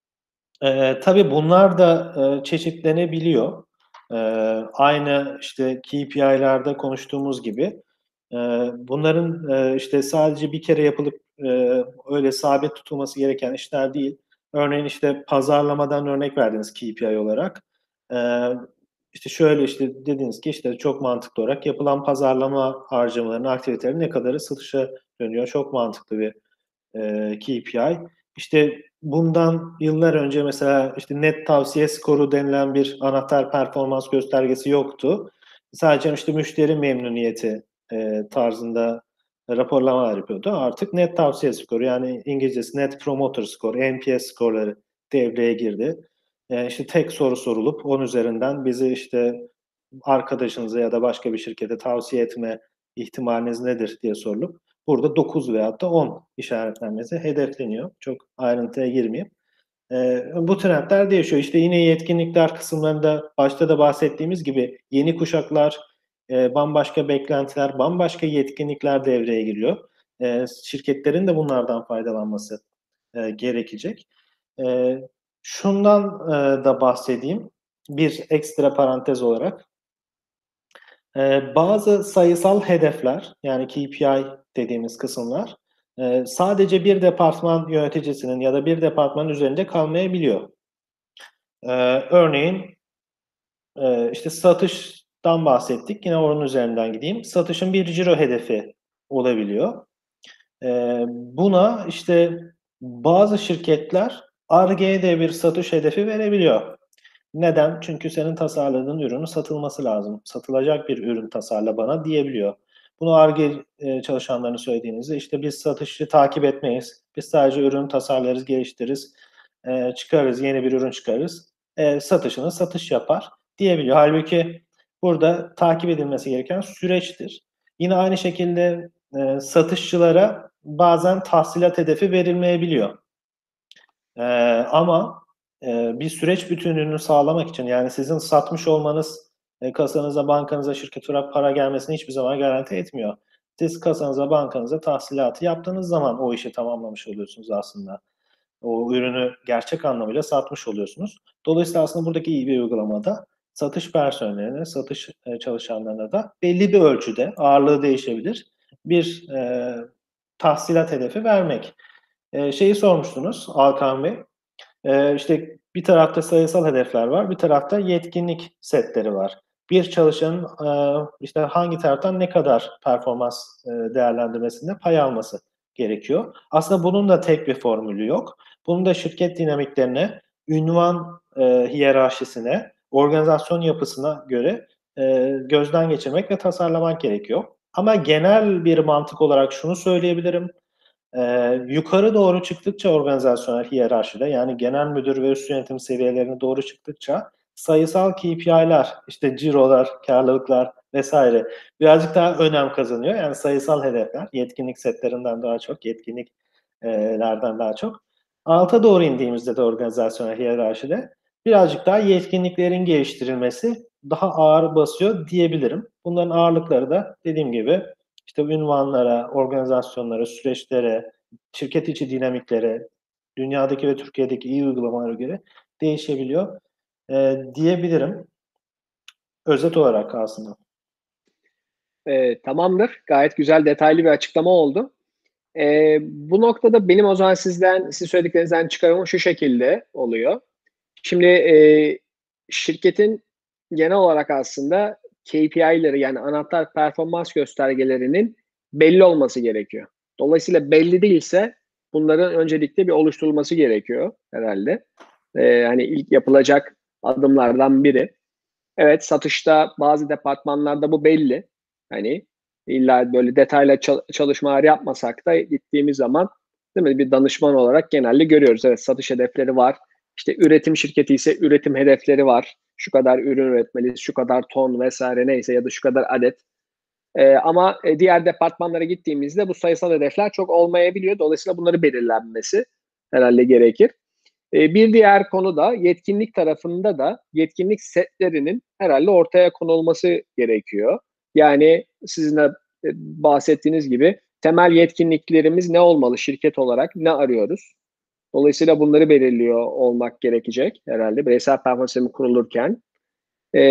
Ee, tabii bunlar da e, çeşitlenebiliyor. Ee, aynı işte K P I'lerde konuştuğumuz gibi. Ee, bunların e, işte sadece bir kere yapılıp e, öyle sabit tutulması gereken işler değil. Örneğin işte pazarlamadan örnek verdiniz K P I olarak. Ee, işte şöyle işte dediniz ki işte çok mantıklı olarak yapılan pazarlama harcamalarının, aktivitelerin ne kadarı satışa dönüyor. Çok mantıklı bir e, K P I. İşte bundan yıllar önce mesela işte net tavsiye skoru denilen bir anahtar performans göstergesi yoktu. Sadece işte müşteri memnuniyeti e, tarzında raporlamalar yapıyordu. Artık net tavsiye skoru, yani İngilizcesi Net Promoter Score, N P S skorları devreye girdi. Yani işte tek soru sorulup on üzerinden bizi işte arkadaşınıza ya da başka bir şirkete tavsiye etme ihtimaliniz nedir diye sorulup burada dokuz veyahut da on işaretlenmesi hedefleniyor. Çok ayrıntıya girmeyeyim. Ee, bu trendler değişiyor. İşte yine yetkinlikler kısımlarında başta da bahsettiğimiz gibi yeni kuşaklar, e, bambaşka beklentiler, bambaşka yetkinlikler devreye giriyor. E, şirketlerin de bunlardan faydalanması e, gerekecek. E, şundan e, da bahsedeyim. Bir ekstra parantez olarak. Ee, bazı sayısal hedefler, yani K P I dediğimiz kısımlar e, sadece bir departman yöneticisinin ya da bir departmanın üzerinde kalmayabiliyor. Ee, örneğin e, işte satıştan bahsettik. Yine onun üzerinden gideyim. Satışın bir ciro hedefi olabiliyor. Ee, buna işte bazı şirketler Ar-Ge'ye de bir satış hedefi verebiliyor. Neden? Çünkü senin tasarladığın ürünün satılması lazım. Satılacak bir ürün tasarla bana diyebiliyor. Bunu Ar-Ge e, çalışanlarını söylediğinizde işte biz satışı takip etmeyiz. Biz sadece ürün tasarlarız, geliştiririz, e, çıkarırız, yeni bir ürün çıkarırız. E, satışını satış yapar diyebiliyor. Halbuki burada takip edilmesi gereken süreçtir. Yine aynı şekilde e, satışçılara bazen tahsilat hedefi verilmeyebiliyor. E, ama e, bir süreç bütünlüğünü sağlamak için, yani sizin satmış olmanız e, kasanıza, bankanıza, şirket olarak para gelmesini hiçbir zaman garanti etmiyor. Siz kasanıza, bankanıza tahsilatı yaptığınız zaman o işi tamamlamış oluyorsunuz aslında. O ürünü gerçek anlamıyla satmış oluyorsunuz. Dolayısıyla aslında buradaki iyi bir uygulamada satış personeline, satış e, çalışanlarına da belli bir ölçüde, ağırlığı değişebilir, bir e, tahsilat hedefi vermek. E, şeyi sormuştunuz Alkan Bey. E, işte bir tarafta sayısal hedefler var, bir tarafta yetkinlik setleri var. Bir çalışanın e, işte hangi taraftan ne kadar performans e, değerlendirmesinde pay alması gerekiyor. Aslında bunun da tek bir formülü yok. Bunun da şirket dinamiklerine, ünvan e, hiyerarşisine, organizasyon yapısına göre e, gözden geçirmek ve tasarlamak gerekiyor. Ama genel bir mantık olarak şunu söyleyebilirim. Ee, yukarı doğru çıktıkça organizasyonel hiyerarşide, yani genel müdür ve üst yönetim seviyelerine doğru çıktıkça sayısal K P I'ler, işte cirolar, karlılıklar vesaire birazcık daha önem kazanıyor. Yani sayısal hedefler yetkinlik setlerinden daha çok, yetkinliklerden daha çok. Alta doğru indiğimizde de organizasyonel hiyerarşide birazcık daha yetkinliklerin geliştirilmesi daha ağır basıyor diyebilirim. Bunların ağırlıkları da dediğim gibi işte ünvanlara, organizasyonlara, süreçlere, şirket içi dinamiklere, dünyadaki ve Türkiye'deki iyi uygulamalara göre değişebiliyor e, diyebilirim. Özet olarak aslında. E, tamamdır. Gayet güzel, detaylı bir açıklama oldu. E, bu noktada benim o zaman sizden, sizin söylediklerinizden çıkarımım şu şekilde oluyor. Şimdi e, şirketin genel olarak aslında K P I'leri, yani anahtar performans göstergelerinin belli olması gerekiyor. Dolayısıyla belli değilse bunların öncelikle bir oluşturulması gerekiyor herhalde. E, hani ilk yapılacak adımlardan biri. Evet, satışta bazı departmanlarda bu belli. Hani illa böyle detaylı çalışmalar yapmasak da gittiğimiz zaman, değil mi, bir danışman olarak genelde görüyoruz. Evet, satış hedefleri var. İşte üretim şirketi ise üretim hedefleri var. Şu kadar ürün üretmeliyiz, şu kadar ton vesaire neyse, ya da şu kadar adet. Ee, ama e, diğer departmanlara gittiğimizde bu sayısal hedefler çok olmayabiliyor. Dolayısıyla bunları belirlenmesi herhalde gerekir. E, bir diğer konu da yetkinlik tarafında da yetkinlik setlerinin herhalde ortaya konulması gerekiyor. Yani sizin de e, bahsettiğiniz gibi temel yetkinliklerimiz ne olmalı şirket olarak, ne arıyoruz? Dolayısıyla bunları belirliyor olmak gerekecek herhalde bireysel performans sistemi kurulurken. E,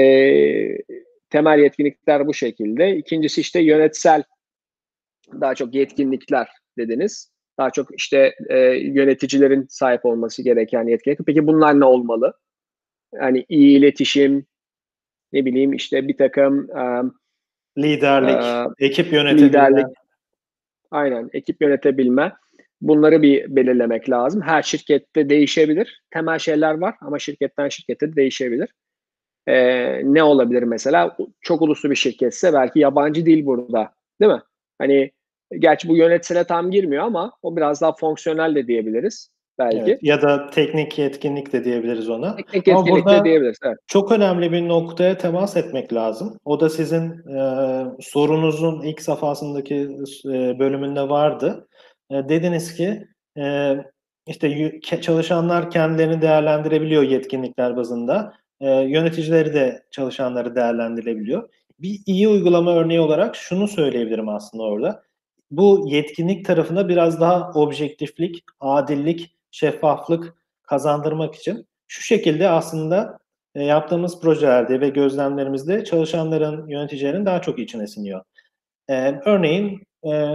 temel yetkinlikler bu şekilde. İkincisi işte yönetsel, daha çok yetkinlikler dediniz. Daha çok işte e, yöneticilerin sahip olması gereken yetkinlik. Peki bunlar ne olmalı? Yani iyi iletişim, ne bileyim işte bir takım e, Liderlik, e, ekip liderlik, yönetebilme. aynen ekip yönetebilme. Bunları bir belirlemek lazım. Her şirkette değişebilir. Temel şeyler var ama şirketten şirkete de değişebilir. E, ne olabilir mesela? Çok uluslu bir şirketse belki yabancı dil burada, değil mi? Hani gerçi bu yönetsele tam girmiyor ama o biraz daha fonksiyonel de diyebiliriz Evet, belki. ya da teknik yetkinlik de diyebiliriz ona. Teknik Ama yetkinlik de burada diyebiliriz. Evet. çok önemli bir noktaya temas etmek lazım. O da sizin e, sorunuzun ilk safhasındaki e, bölümünde vardı. E, dediniz ki e, işte y- çalışanlar kendilerini değerlendirebiliyor yetkinlikler bazında. E, yöneticileri de çalışanları değerlendirebiliyor. Bir iyi uygulama örneği olarak şunu söyleyebilirim aslında orada. Bu yetkinlik tarafında biraz daha objektiflik, adillik, şeffaflık kazandırmak için şu şekilde aslında e, yaptığımız projelerde ve gözlemlerimizde çalışanların, yöneticilerin daha çok içine siniyor. E, örneğin e,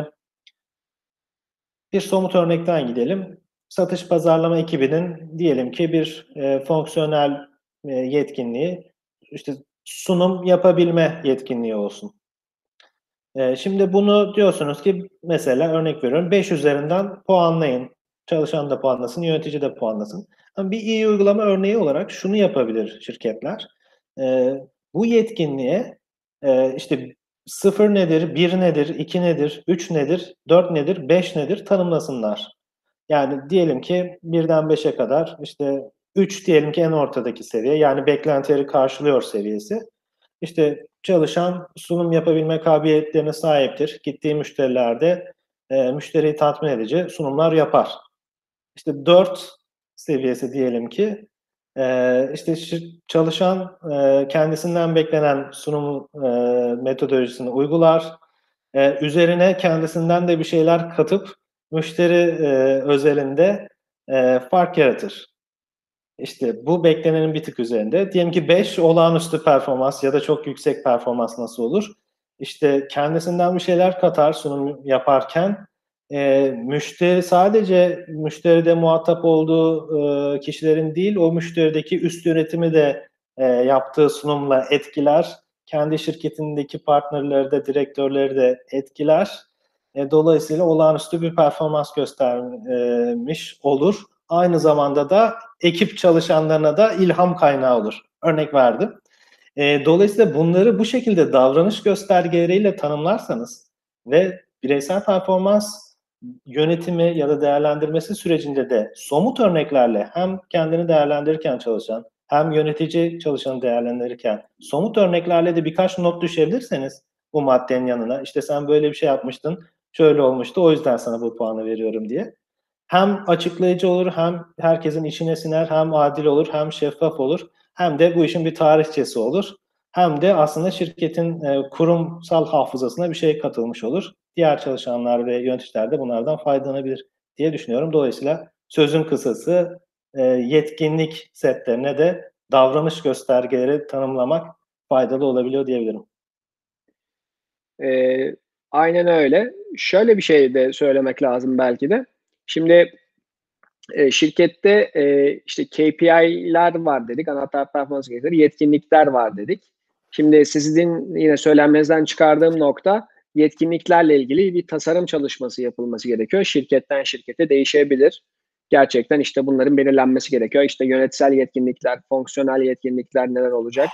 bir somut örnekten gidelim. Satış pazarlama ekibinin diyelim ki bir e, fonksiyonel e, yetkinliği, işte sunum yapabilme yetkinliği olsun. E, şimdi bunu diyorsunuz ki mesela örnek veriyorum beş üzerinden puanlayın. Çalışan da puanlasın, yönetici de puanlasın. Ama bir iyi uygulama örneği olarak şunu yapabilir şirketler. E, bu yetkinliğe e, işte sıfır nedir, bir nedir, iki nedir, üç nedir, dört nedir, beş nedir tanımlasınlar. Yani diyelim ki birden beşe kadar işte üç diyelim ki en ortadaki seviye, yani beklentileri karşılıyor seviyesi. İşte çalışan sunum yapabilme kabiliyetlerine sahiptir. Gittiği müşterilerde e, müşteriyi tatmin edici sunumlar yapar. İşte dört seviyesi diyelim ki e, işte çalışan e, kendisinden beklenen sunum e, metodolojisini uygular. e, üzerine kendisinden de bir şeyler katıp müşteri e, özelinde e, fark yaratır. İşte bu beklenenin bir tık üzerinde. Diyelim ki beş olağanüstü performans ya da çok yüksek performans nasıl olur? İşte kendisinden bir şeyler katar sunum yaparken, e, müşteri sadece müşteride muhatap olduğu e, kişilerin değil, o müşterideki üst yönetimi de e, yaptığı sunumla etkiler. Kendi şirketindeki partnerleri de, direktörleri de etkiler. E, dolayısıyla olağanüstü bir performans göstermiş olur. Aynı zamanda da ekip çalışanlarına da ilham kaynağı olur. Örnek verdim. E, dolayısıyla bunları bu şekilde davranış göstergeleriyle tanımlarsanız ve bireysel performans yönetimi ya da değerlendirmesi sürecinde de somut örneklerle hem kendini değerlendirirken çalışan hem yönetici çalışanı değerlendirirken somut örneklerle de birkaç not düşebilirseniz bu maddenin yanına, işte sen böyle bir şey yapmıştın, şöyle olmuştu, o yüzden sana bu puanı veriyorum diye. Hem açıklayıcı olur, hem herkesin içine siner, hem adil olur, hem şeffaf olur, hem de bu işin bir tarihçesi olur. Hem de aslında şirketin e, kurumsal hafızasına bir şey katılmış olur. Diğer çalışanlar ve yöneticiler de bunlardan faydalanabilir diye düşünüyorum. Dolayısıyla sözün kısası e, yetkinlik setlerine de davranış göstergeleri tanımlamak faydalı olabiliyor diyebilirim. Ee, aynen öyle. Şöyle bir şey de söylemek lazım belki de. Şimdi e, şirkette e, işte K P I'ler var dedik, anahtar performans indikatörleri, yetkinlikler var dedik. Şimdi sizin yine söylenmenizden çıkardığım nokta, yetkinliklerle ilgili bir tasarım çalışması yapılması gerekiyor. Şirketten şirkete değişebilir. Gerçekten işte bunların belirlenmesi gerekiyor. İşte yönetsel yetkinlikler, fonksiyonel yetkinlikler neler olacak?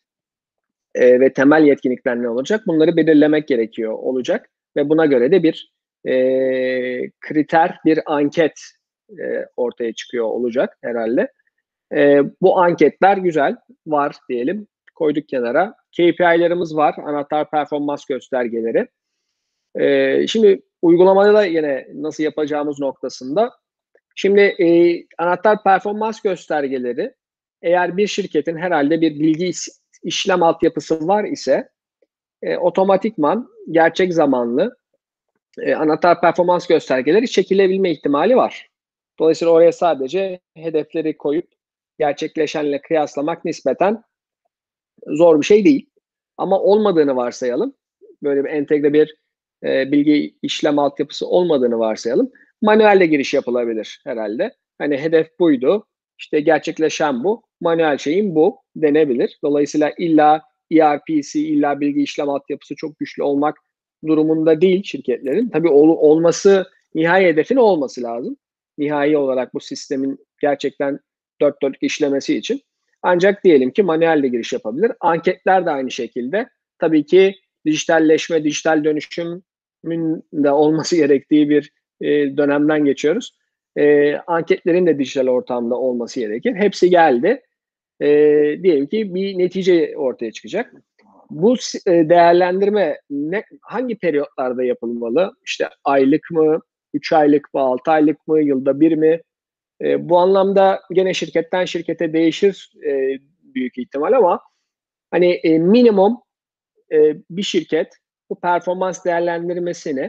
E, ve temel yetkinlikler ne olacak? Bunları belirlemek gerekiyor olacak ve buna göre de bir e, kriter, bir anket e, ortaya çıkıyor olacak herhalde. E, bu anketler güzel, var diyelim, koyduk kenara. K P I'lerimiz var, anahtar performans göstergeleri. E, şimdi uygulamada da yine nasıl yapacağımız noktasında. Şimdi e, anahtar performans göstergeleri, eğer bir şirketin herhalde bir bilgi işlem altyapısı var ise e, otomatikman gerçek zamanlı e, anahtar performans göstergeleri çekilebilme ihtimali var. Dolayısıyla oraya sadece hedefleri koyup gerçekleşenle kıyaslamak nispeten zor bir şey değil. Ama olmadığını varsayalım. Böyle bir entegre bir e, bilgi işlem altyapısı olmadığını varsayalım. Manuelle giriş yapılabilir herhalde. Hani hedef buydu, İşte gerçekleşen bu, manuel şeyin bu denebilir. Dolayısıyla illa E R P'si, illa bilgi işlem altyapısı çok güçlü olmak durumunda değil şirketlerin. Tabii ol, olması, nihai hedefin olması lazım. Nihai olarak bu sistemin gerçekten dört dörtlük işlemesi için. Ancak diyelim ki manuelle giriş yapabilir. Anketler de aynı şekilde. Tabii ki dijitalleşme, dijital dönüşümün de olması gerektiği bir e, dönemden geçiyoruz. E, anketlerin de dijital ortamda olması gerekir. Hepsi geldi. E, diyelim ki bir netice ortaya çıkacak. Bu e, değerlendirme ne, hangi periyotlarda yapılmalı? İşte aylık mı, üç aylık mı, altı aylık mı, yılda bir mi? E, bu anlamda gene şirketten şirkete değişir e, büyük ihtimal ama hani e, minimum e, bir şirket bu performans değerlendirmesini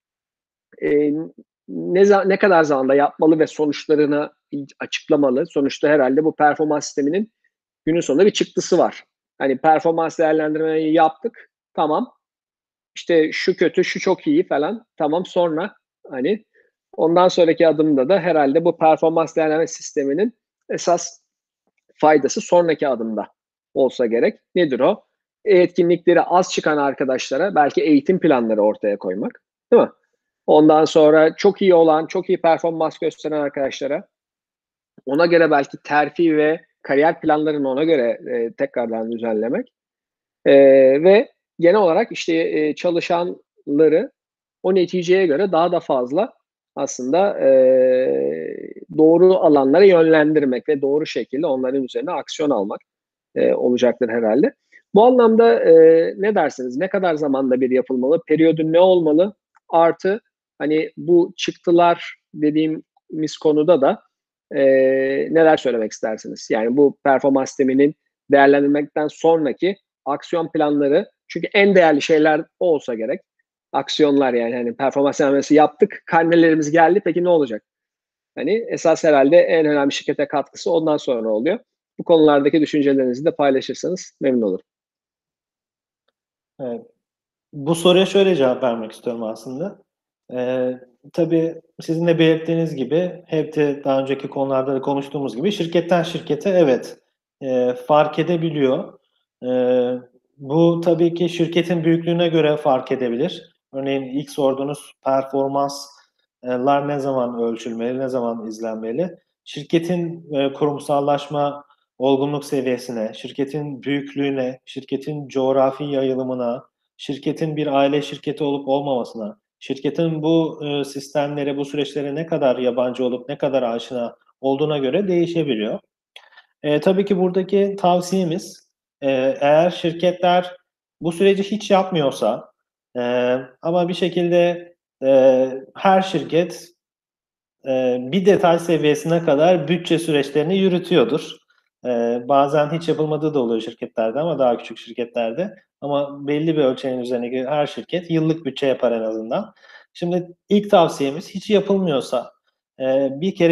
e, ne, ne kadar zamanda yapmalı ve sonuçlarını açıklamalı. Sonuçta herhalde bu performans sisteminin günün sonunda bir çıktısı var. Hani performans değerlendirmeyi yaptık, tamam. İşte şu kötü, şu çok iyi falan, tamam, sonra hani ondan sonraki adımda da herhalde bu performans değerlendirme sisteminin esas faydası sonraki adımda olsa gerek. Nedir o? Etkinlikleri az çıkan arkadaşlara belki eğitim planları ortaya koymak, değil mi? Ondan sonra çok iyi olan, çok iyi performans gösteren arkadaşlara ona göre belki terfi ve kariyer planlarını ona göre e, tekrardan düzenlemek. E, ve genel olarak işte e, çalışanları o neticeye göre daha da fazla aslında e, doğru alanlara yönlendirmek ve doğru şekilde onların üzerine aksiyon almak e, olacaktır herhalde. Bu anlamda e, ne dersiniz? Ne kadar zamanda bir yapılmalı? Periyodu ne olmalı? Artı hani bu çıktılar dediğimiz konuda da e, neler söylemek istersiniz? Yani bu performans sisteminin değerlendirmekten sonraki aksiyon planları, çünkü en değerli şeyler o olsa gerek. aksiyonlar yani. Hani performans değerlendirmesi yaptık, karnelerimiz geldi, peki ne olacak? Hani esas herhalde en önemli şirkete katkısı ondan sonra oluyor. Bu konulardaki düşüncelerinizi de paylaşırsanız memnun olurum. Evet. Bu soruya şöyle cevap vermek istiyorum aslında. Ee, tabii sizin de belirttiğiniz gibi, hep de daha önceki konularda da konuştuğumuz gibi şirketten şirkete evet e, fark edebiliyor. E, Bu tabii ki şirketin büyüklüğüne göre fark edebilir. Örneğin ilk sorduğunuz performanslar ne zaman ölçülmeli, ne zaman izlenmeli? Şirketin e, kurumsallaşma olgunluk seviyesine, şirketin büyüklüğüne, şirketin coğrafi yayılımına, şirketin bir aile şirketi olup olmamasına, şirketin bu e, sistemlere, bu süreçlere ne kadar yabancı olup ne kadar aşina olduğuna göre değişebiliyor. E, tabii ki buradaki tavsiyemiz, e, eğer şirketler bu süreci hiç yapmıyorsa e, ama bir şekilde e, her şirket e, bir detay seviyesine kadar bütçe süreçlerini yürütüyordur. E, bazen hiç yapılmadığı da oluyor şirketlerde ama daha küçük şirketlerde. Ama belli bir ölçeğin üzerindeki her şirket yıllık bütçe yapar en azından. Şimdi ilk tavsiyemiz hiç yapılmıyorsa e, bir kere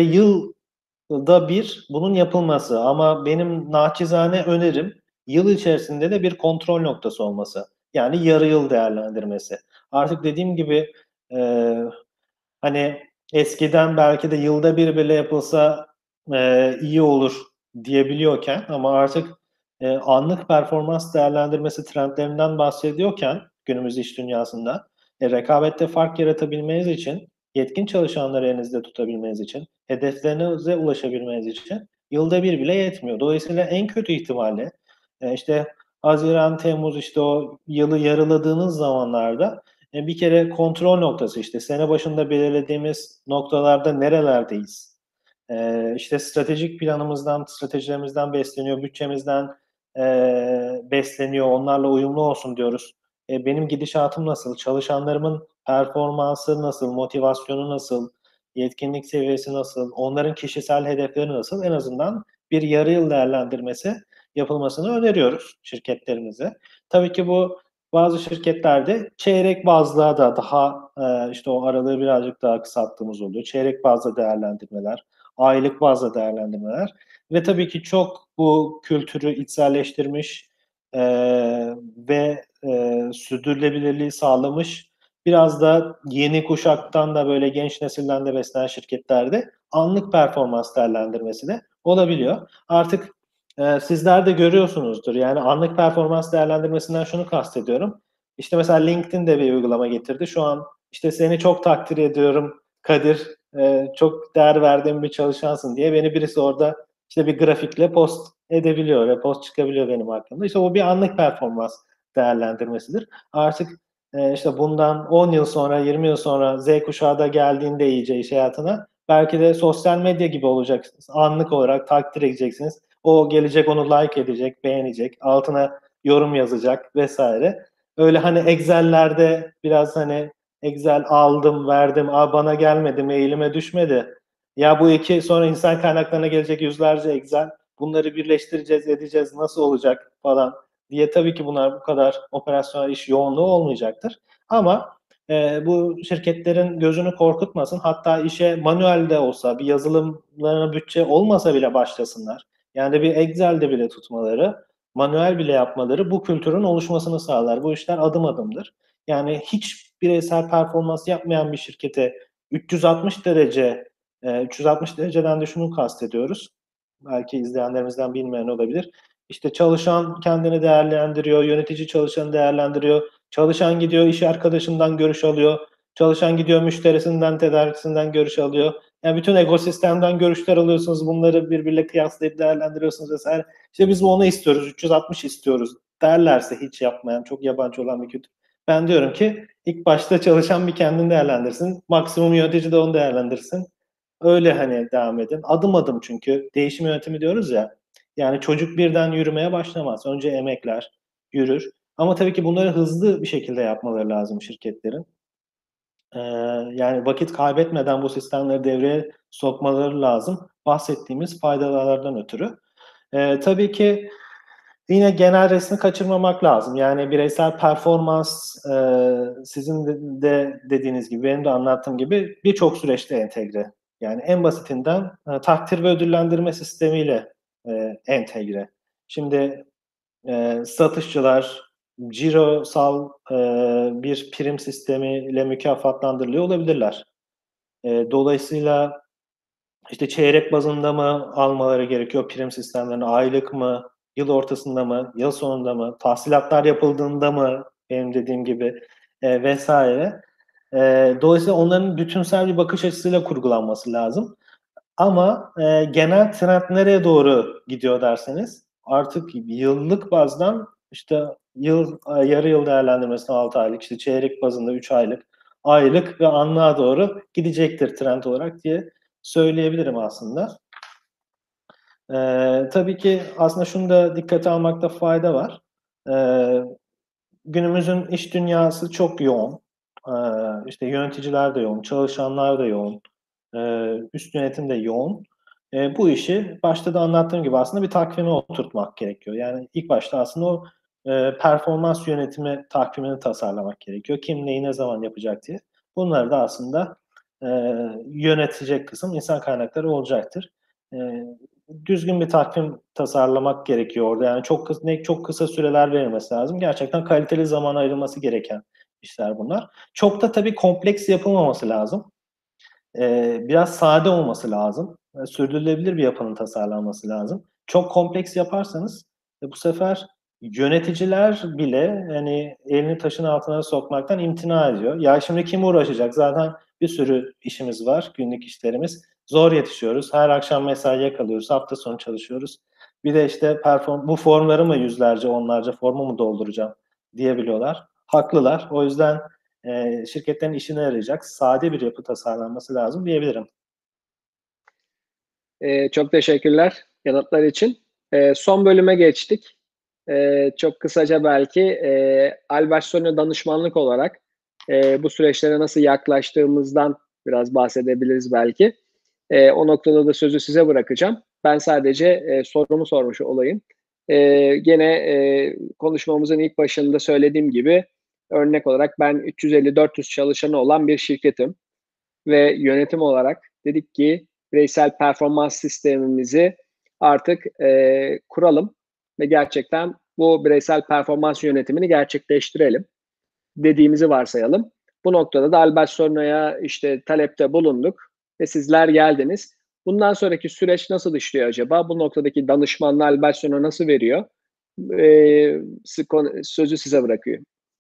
yılda bir bunun yapılması ama benim naçizane önerim yıl içerisinde de bir kontrol noktası olması. Yani yarı yıl değerlendirmesi. Artık dediğim gibi e, hani eskiden belki de yılda bir bile yapılsa e, iyi olur diyebiliyorken ama artık e, anlık performans değerlendirmesi trendlerinden bahsediyorken günümüz iş dünyasında e, rekabette fark yaratabilmeniz için, yetkin çalışanları elinizde tutabilmeniz için, hedeflerinize ulaşabilmeniz için yılda bir bile yetmiyor. Dolayısıyla en kötü ihtimalle e, işte Haziran, Temmuz işte o yılı yarıladığınız zamanlarda e, bir kere kontrol noktası işte sene başında belirlediğimiz noktalarda nerelerdeyiz? E, işte stratejik planımızdan, stratejilerimizden besleniyor, bütçemizden e, besleniyor, onlarla uyumlu olsun diyoruz. E, benim gidişatım nasıl? Çalışanlarımın performansı nasıl? Motivasyonu nasıl? Yetkinlik seviyesi nasıl? Onların kişisel hedefleri nasıl? En azından bir yarı yıl değerlendirmesi yapılmasını öneriyoruz şirketlerimize. Tabii ki bu bazı şirketlerde çeyrek bazlığa da daha e, işte o aralığı birazcık daha kısalttığımız oluyor. Çeyrek bazda değerlendirmeler, aylık bazda değerlendirmeler ve tabii ki çok bu kültürü içselleştirmiş e, ve e, sürdürülebilirliği sağlamış biraz da yeni kuşaktan da böyle genç nesilden de beslenen şirketlerde anlık performans değerlendirmesi de olabiliyor. Artık e, sizler de görüyorsunuzdur. Yani anlık performans değerlendirmesinden şunu kastediyorum. İşte mesela LinkedIn de bir uygulama getirdi. Şu an işte seni çok takdir ediyorum Kadir, e, çok değer verdiğim bir çalışansın diye beni birisi orada işte bir grafikle post edebiliyor ve post çıkabiliyor benim hakkımda. İşte o bir anlık performans değerlendirmesidir. Artık e, işte bundan on yıl sonra, yirmi yıl sonra Z kuşağı da geldiğinde iyice iş hayatına belki de sosyal medya gibi olacaksınız. Anlık olarak takdir edeceksiniz. O gelecek onu like edecek, beğenecek, altına yorum yazacak vesaire. Öyle hani Excel'lerde biraz hani Excel aldım, verdim, a bana gelmedi, mailime düşmedi. Ya bu iki sonra insan kaynaklarına gelecek yüzlerce Excel. Bunları birleştireceğiz, edeceğiz, nasıl olacak falan diye tabii ki bunlar bu kadar operasyonel iş yoğunluğu olmayacaktır. Ama e, bu şirketlerin gözünü korkutmasın. Hatta işe manuel de olsa, bir yazılımlarına bütçe olmasa bile başlasınlar. Yani bir Excel'de bile tutmaları, manuel bile yapmaları bu kültürün oluşmasını sağlar. Bu işler adım adımdır. Yani hiç bireysel performans yapmayan bir şirkete üç yüz altmış derece, e, üç yüz altmış dereceden de şunu kastediyoruz. Belki izleyenlerimizden bilmeyen olabilir. İşte çalışan kendini değerlendiriyor, yönetici çalışanı değerlendiriyor. Çalışan gidiyor iş arkadaşından görüş alıyor. Çalışan gidiyor müşterisinden, tedarikçisinden görüş alıyor. Yani bütün ekosistemden görüşler alıyorsunuz. Bunları birbiriyle kıyaslayıp değerlendiriyorsunuz vesaire. İşte biz onu istiyoruz, üç yüz altmış istiyoruz derlerse hiç yapmayan, çok yabancı olan bir kültür. Ben diyorum ki ilk başta çalışan bir kendini değerlendirsin. Maksimum yönetici de onu değerlendirsin. Öyle hani devam edin. Adım adım çünkü değişim yönetimi diyoruz ya. Yani çocuk birden yürümeye başlamaz. Önce emekler, yürür. Ama tabii ki bunları hızlı bir şekilde yapmaları lazım şirketlerin. Ee, Yani vakit kaybetmeden bu sistemleri devreye sokmaları lazım. Bahsettiğimiz faydalardan ötürü. Ee, tabii ki yine genel resmi kaçırmamak lazım. Yani bireysel performans e, sizin de, de dediğiniz gibi, benim de anlattığım gibi birçok süreçte entegre. Yani en basitinden e, takdir ve ödüllendirme sistemiyle e, entegre. Şimdi e, satışçılar cirosal e, bir prim sistemiyle mükafatlandırılıyor olabilirler. E, dolayısıyla işte çeyrek bazında mı almaları gerekiyor prim sistemlerini, aylık mı, yıl ortasında mı, yıl sonunda mı, tahsilatlar yapıldığında mı, benim dediğim gibi e, vesaire. E, dolayısıyla onların bütünsel bir bakış açısıyla kurgulanması lazım. Ama e, genel trend nereye doğru gidiyor derseniz, artık yıllık bazdan işte yıl, yarı yıl değerlendirmesine altı aylık, işte çeyrek bazında üç aylık, aylık ve anlığa doğru gidecektir trend olarak diye söyleyebilirim aslında. Ee, tabii ki aslında şunu da dikkate almakta fayda var. Ee, Günümüzün iş dünyası çok yoğun. Ee, işte yöneticiler de yoğun, çalışanlar da yoğun, ee, üst yönetim de yoğun. Ee, bu işi başta da anlattığım gibi aslında bir takvime oturtmak gerekiyor. Yani ilk başta aslında o e, performans yönetimi takvimini tasarlamak gerekiyor. Kim neyi ne zaman yapacak diye. Bunları da aslında e, yönetecek kısım insan kaynakları olacaktır. E, Düzgün bir takvim tasarlamak gerekiyor orada. Yani çok kısa, ne çok kısa süreler verilmesi lazım. Gerçekten kaliteli zaman ayrılması gereken işler bunlar. Çok da tabii kompleks yapılmaması lazım. Ee, biraz sade olması lazım. Ee, sürdürülebilir bir yapının tasarlanması lazım. Çok kompleks yaparsanız e, bu sefer yöneticiler bile hani elini taşın altına sokmaktan imtina ediyor. Ya şimdi kim uğraşacak? Zaten bir sürü işimiz var, günlük işlerimiz. Zor yetişiyoruz. Her akşam mesaiye kalıyoruz. Hafta sonu çalışıyoruz. Bir de işte perform bu formları mı yüzlerce, onlarca formu mu dolduracağım diyebiliyorlar. Haklılar. O yüzden e, şirketlerin işine yarayacak sade bir yapı tasarlanması lazım diyebilirim. Ee, çok teşekkürler yanıtlar için. Ee, son bölüme geçtik. Ee, çok kısaca belki e, Albertson'a danışmanlık olarak e, bu süreçlere nasıl yaklaştığımızdan biraz bahsedebiliriz belki. E, o noktada da sözü size bırakacağım. Ben sadece e, sorumu sormuş olayım. E, gene e, konuşmamızın ilk başında söylediğim gibi örnek olarak ben üç yüz elli dört yüz çalışanı olan bir şirketim ve yönetim olarak dedik ki bireysel performans sistemimizi artık e, kuralım ve gerçekten bu bireysel performans yönetimini gerçekleştirelim dediğimizi varsayalım. Bu noktada da Albert Sorno'ya işte talepte bulunduk ve sizler geldiniz. Bundan sonraki süreç nasıl işliyor acaba? Bu noktadaki danışmanlığı Albert Sorno nasıl veriyor? Ee, sözü size bırakıyor.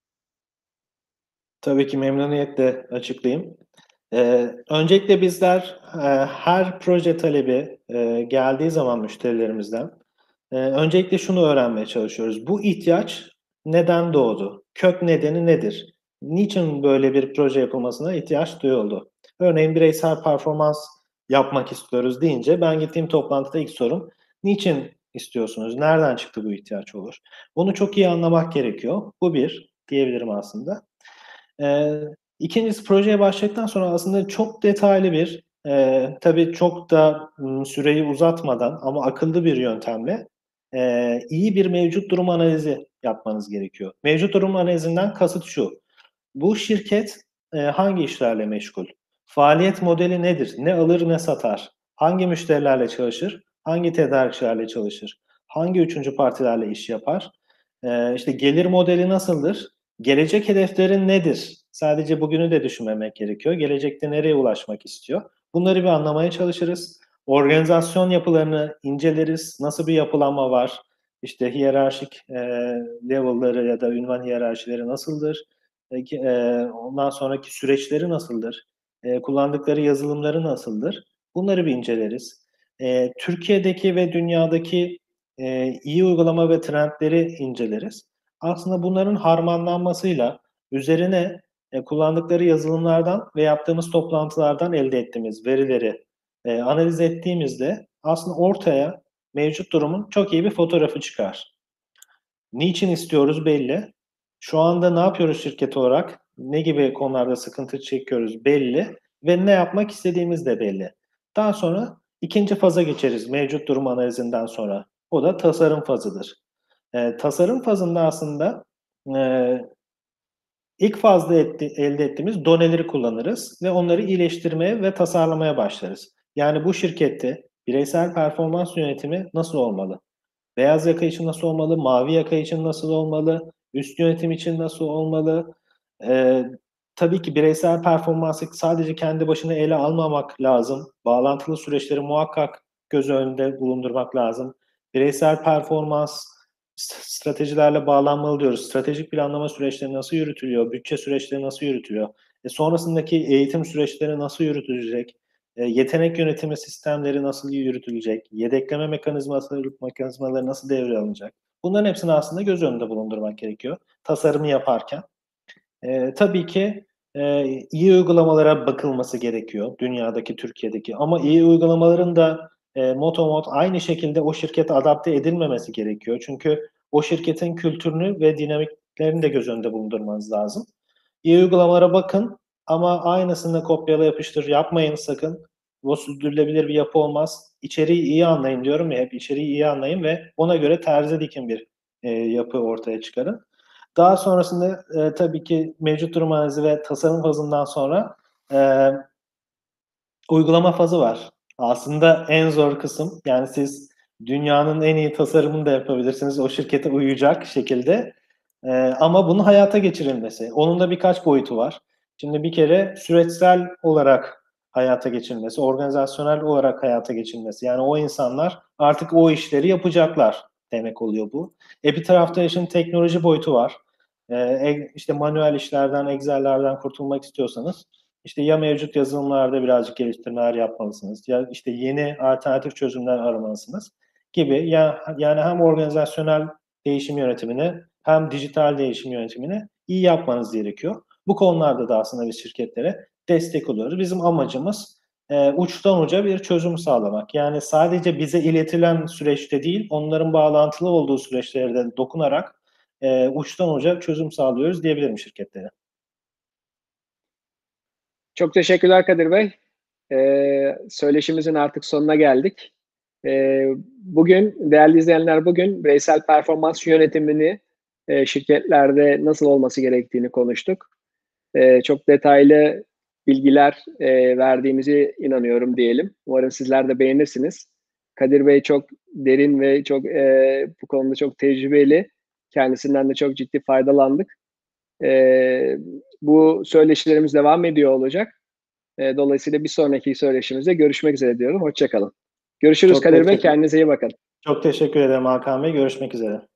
Tabii ki memnuniyetle açıklayayım. Ee, öncelikle bizler e, her proje talebi e, geldiği zaman müşterilerimizden e, öncelikle şunu öğrenmeye çalışıyoruz. Bu ihtiyaç neden doğdu? Kök nedeni nedir? Niçin böyle bir proje yapılmasına ihtiyaç duyuldu? Örneğin bireysel performans yapmak istiyoruz deyince ben gittiğim toplantıda ilk sorum niçin istiyorsunuz? Nereden çıktı bu ihtiyaç olur? Bunu çok iyi anlamak gerekiyor. Bu bir diyebilirim aslında. Ee, ikincisi projeye başladıktan sonra aslında çok detaylı bir, e, tabii çok da m, süreyi uzatmadan ama akıllı bir yöntemle e, iyi bir mevcut durum analizi yapmanız gerekiyor. Mevcut durum analizinden kasıt şu: bu şirket e, hangi işlerle meşgul? Faaliyet modeli nedir? Ne alır ne satar? Hangi müşterilerle çalışır? Hangi tedarikçilerle çalışır? Hangi üçüncü partilerle iş yapar? E, işte gelir modeli nasıldır? Gelecek hedeflerin nedir? Sadece bugünü de düşünmemek gerekiyor. Gelecekte nereye ulaşmak istiyor? Bunları bir anlamaya çalışırız. Organizasyon yapılarını inceleriz. Nasıl bir yapılanma var? İşte hiyerarşik e, level'ları ya da ünvan hiyerarşileri nasıldır? Peki, e, ondan sonraki süreçleri nasıldır? E, kullandıkları yazılımları nasıldır? Bunları bir inceleriz. E, Türkiye'deki ve dünyadaki e, iyi uygulama ve trendleri inceleriz. Aslında bunların harmanlanmasıyla üzerine e, kullandıkları yazılımlardan ve yaptığımız toplantılardan elde ettiğimiz verileri e, analiz ettiğimizde aslında ortaya mevcut durumun çok iyi bir fotoğrafı çıkar. Niçin istiyoruz belli. Şu anda ne yapıyoruz şirket olarak? Ne gibi konularda sıkıntı çekiyoruz belli ve ne yapmak istediğimiz de belli. Daha sonra ikinci faza geçeriz mevcut durum analizinden sonra. O da tasarım fazıdır. E, tasarım fazında aslında e, ilk fazla etti, elde ettiğimiz doneleri kullanırız ve onları iyileştirmeye ve tasarlamaya başlarız. Yani bu şirkette bireysel performans yönetimi nasıl olmalı? Beyaz yaka için nasıl olmalı? Mavi yaka için nasıl olmalı? Üst yönetim için nasıl olmalı? Ee, tabii ki bireysel performansı sadece kendi başına ele almamak lazım. Bağlantılı süreçleri muhakkak göz önünde bulundurmak lazım. Bireysel performans stratejilerle bağlanmalı diyoruz. Stratejik planlama süreçleri nasıl yürütülüyor? Bütçe süreçleri nasıl yürütülüyor? E sonrasındaki eğitim süreçleri nasıl yürütülecek? E, yetenek yönetimi sistemleri nasıl yürütülecek? Yedekleme mekanizması, mekanizmaları nasıl devreye alınacak? Bunların hepsini aslında göz önünde bulundurmak gerekiyor tasarımı yaparken. E, tabii ki e, iyi uygulamalara bakılması gerekiyor dünyadaki, Türkiye'deki. Ama iyi uygulamaların da e, motomot aynı şekilde o şirkete adapte edilmemesi gerekiyor. Çünkü o şirketin kültürünü ve dinamiklerini de göz önünde bulundurmanız lazım. İyi uygulamalara bakın ama aynısını kopyala yapıştır yapmayın sakın. Bu sürdürülebilir bir yapı olmaz. İçeriği iyi anlayın diyorum ya hep içeriği iyi anlayın ve ona göre terzi dikin bir e, yapı ortaya çıkarın. Daha sonrasında e, tabii ki mevcut durum analizi ve tasarım fazından sonra e, uygulama fazı var. Aslında en zor kısım. Yani siz dünyanın en iyi tasarımını da yapabilirsiniz o şirkete uyacak şekilde. E, ama bunun hayata geçirilmesi. Onun da birkaç boyutu var. Şimdi bir kere süreçsel olarak hayata geçirilmesi, organizasyonel olarak hayata geçirilmesi. Yani o insanlar artık o işleri yapacaklar demek oluyor bu. E bir tarafta işin teknoloji boyutu var. E, işte manuel işlerden, Excel'lerden kurtulmak istiyorsanız işte ya mevcut yazılımlarda birazcık geliştirmeler yapmalısınız ya işte yeni alternatif çözümler aramalısınız gibi. Ya, yani hem organizasyonel değişim yönetimini hem dijital değişim yönetimini iyi yapmanız gerekiyor. Bu konularda da aslında biz şirketlere destek oluyoruz. Bizim amacımız e, uçtan uca bir çözüm sağlamak. Yani sadece bize iletilen süreçte değil, onların bağlantılı olduğu süreçlere de dokunarak e, uçtan uca çözüm sağlıyoruz diyebilirim şirketlere. Çok teşekkürler Kadir Bey. Ee, söyleşimizin artık sonuna geldik. Ee, bugün, değerli izleyenler, bugün bireysel performans yönetimini e, şirketlerde nasıl olması gerektiğini konuştuk. Ee, çok detaylı bilgiler e, verdiğimizi inanıyorum diyelim. Umarım sizler de beğenirsiniz. Kadir Bey çok derin ve çok e, bu konuda çok tecrübeli. Kendisinden de çok ciddi faydalandık. E, bu söyleşilerimiz devam ediyor olacak. E, dolayısıyla bir sonraki söyleşimizde görüşmek üzere diyorum. Hoşça kalın. Görüşürüz Çok Kadir Bey. teşekkür, Kendinize iyi bakın. çok teşekkür ederim Hakan Bey. Görüşmek üzere.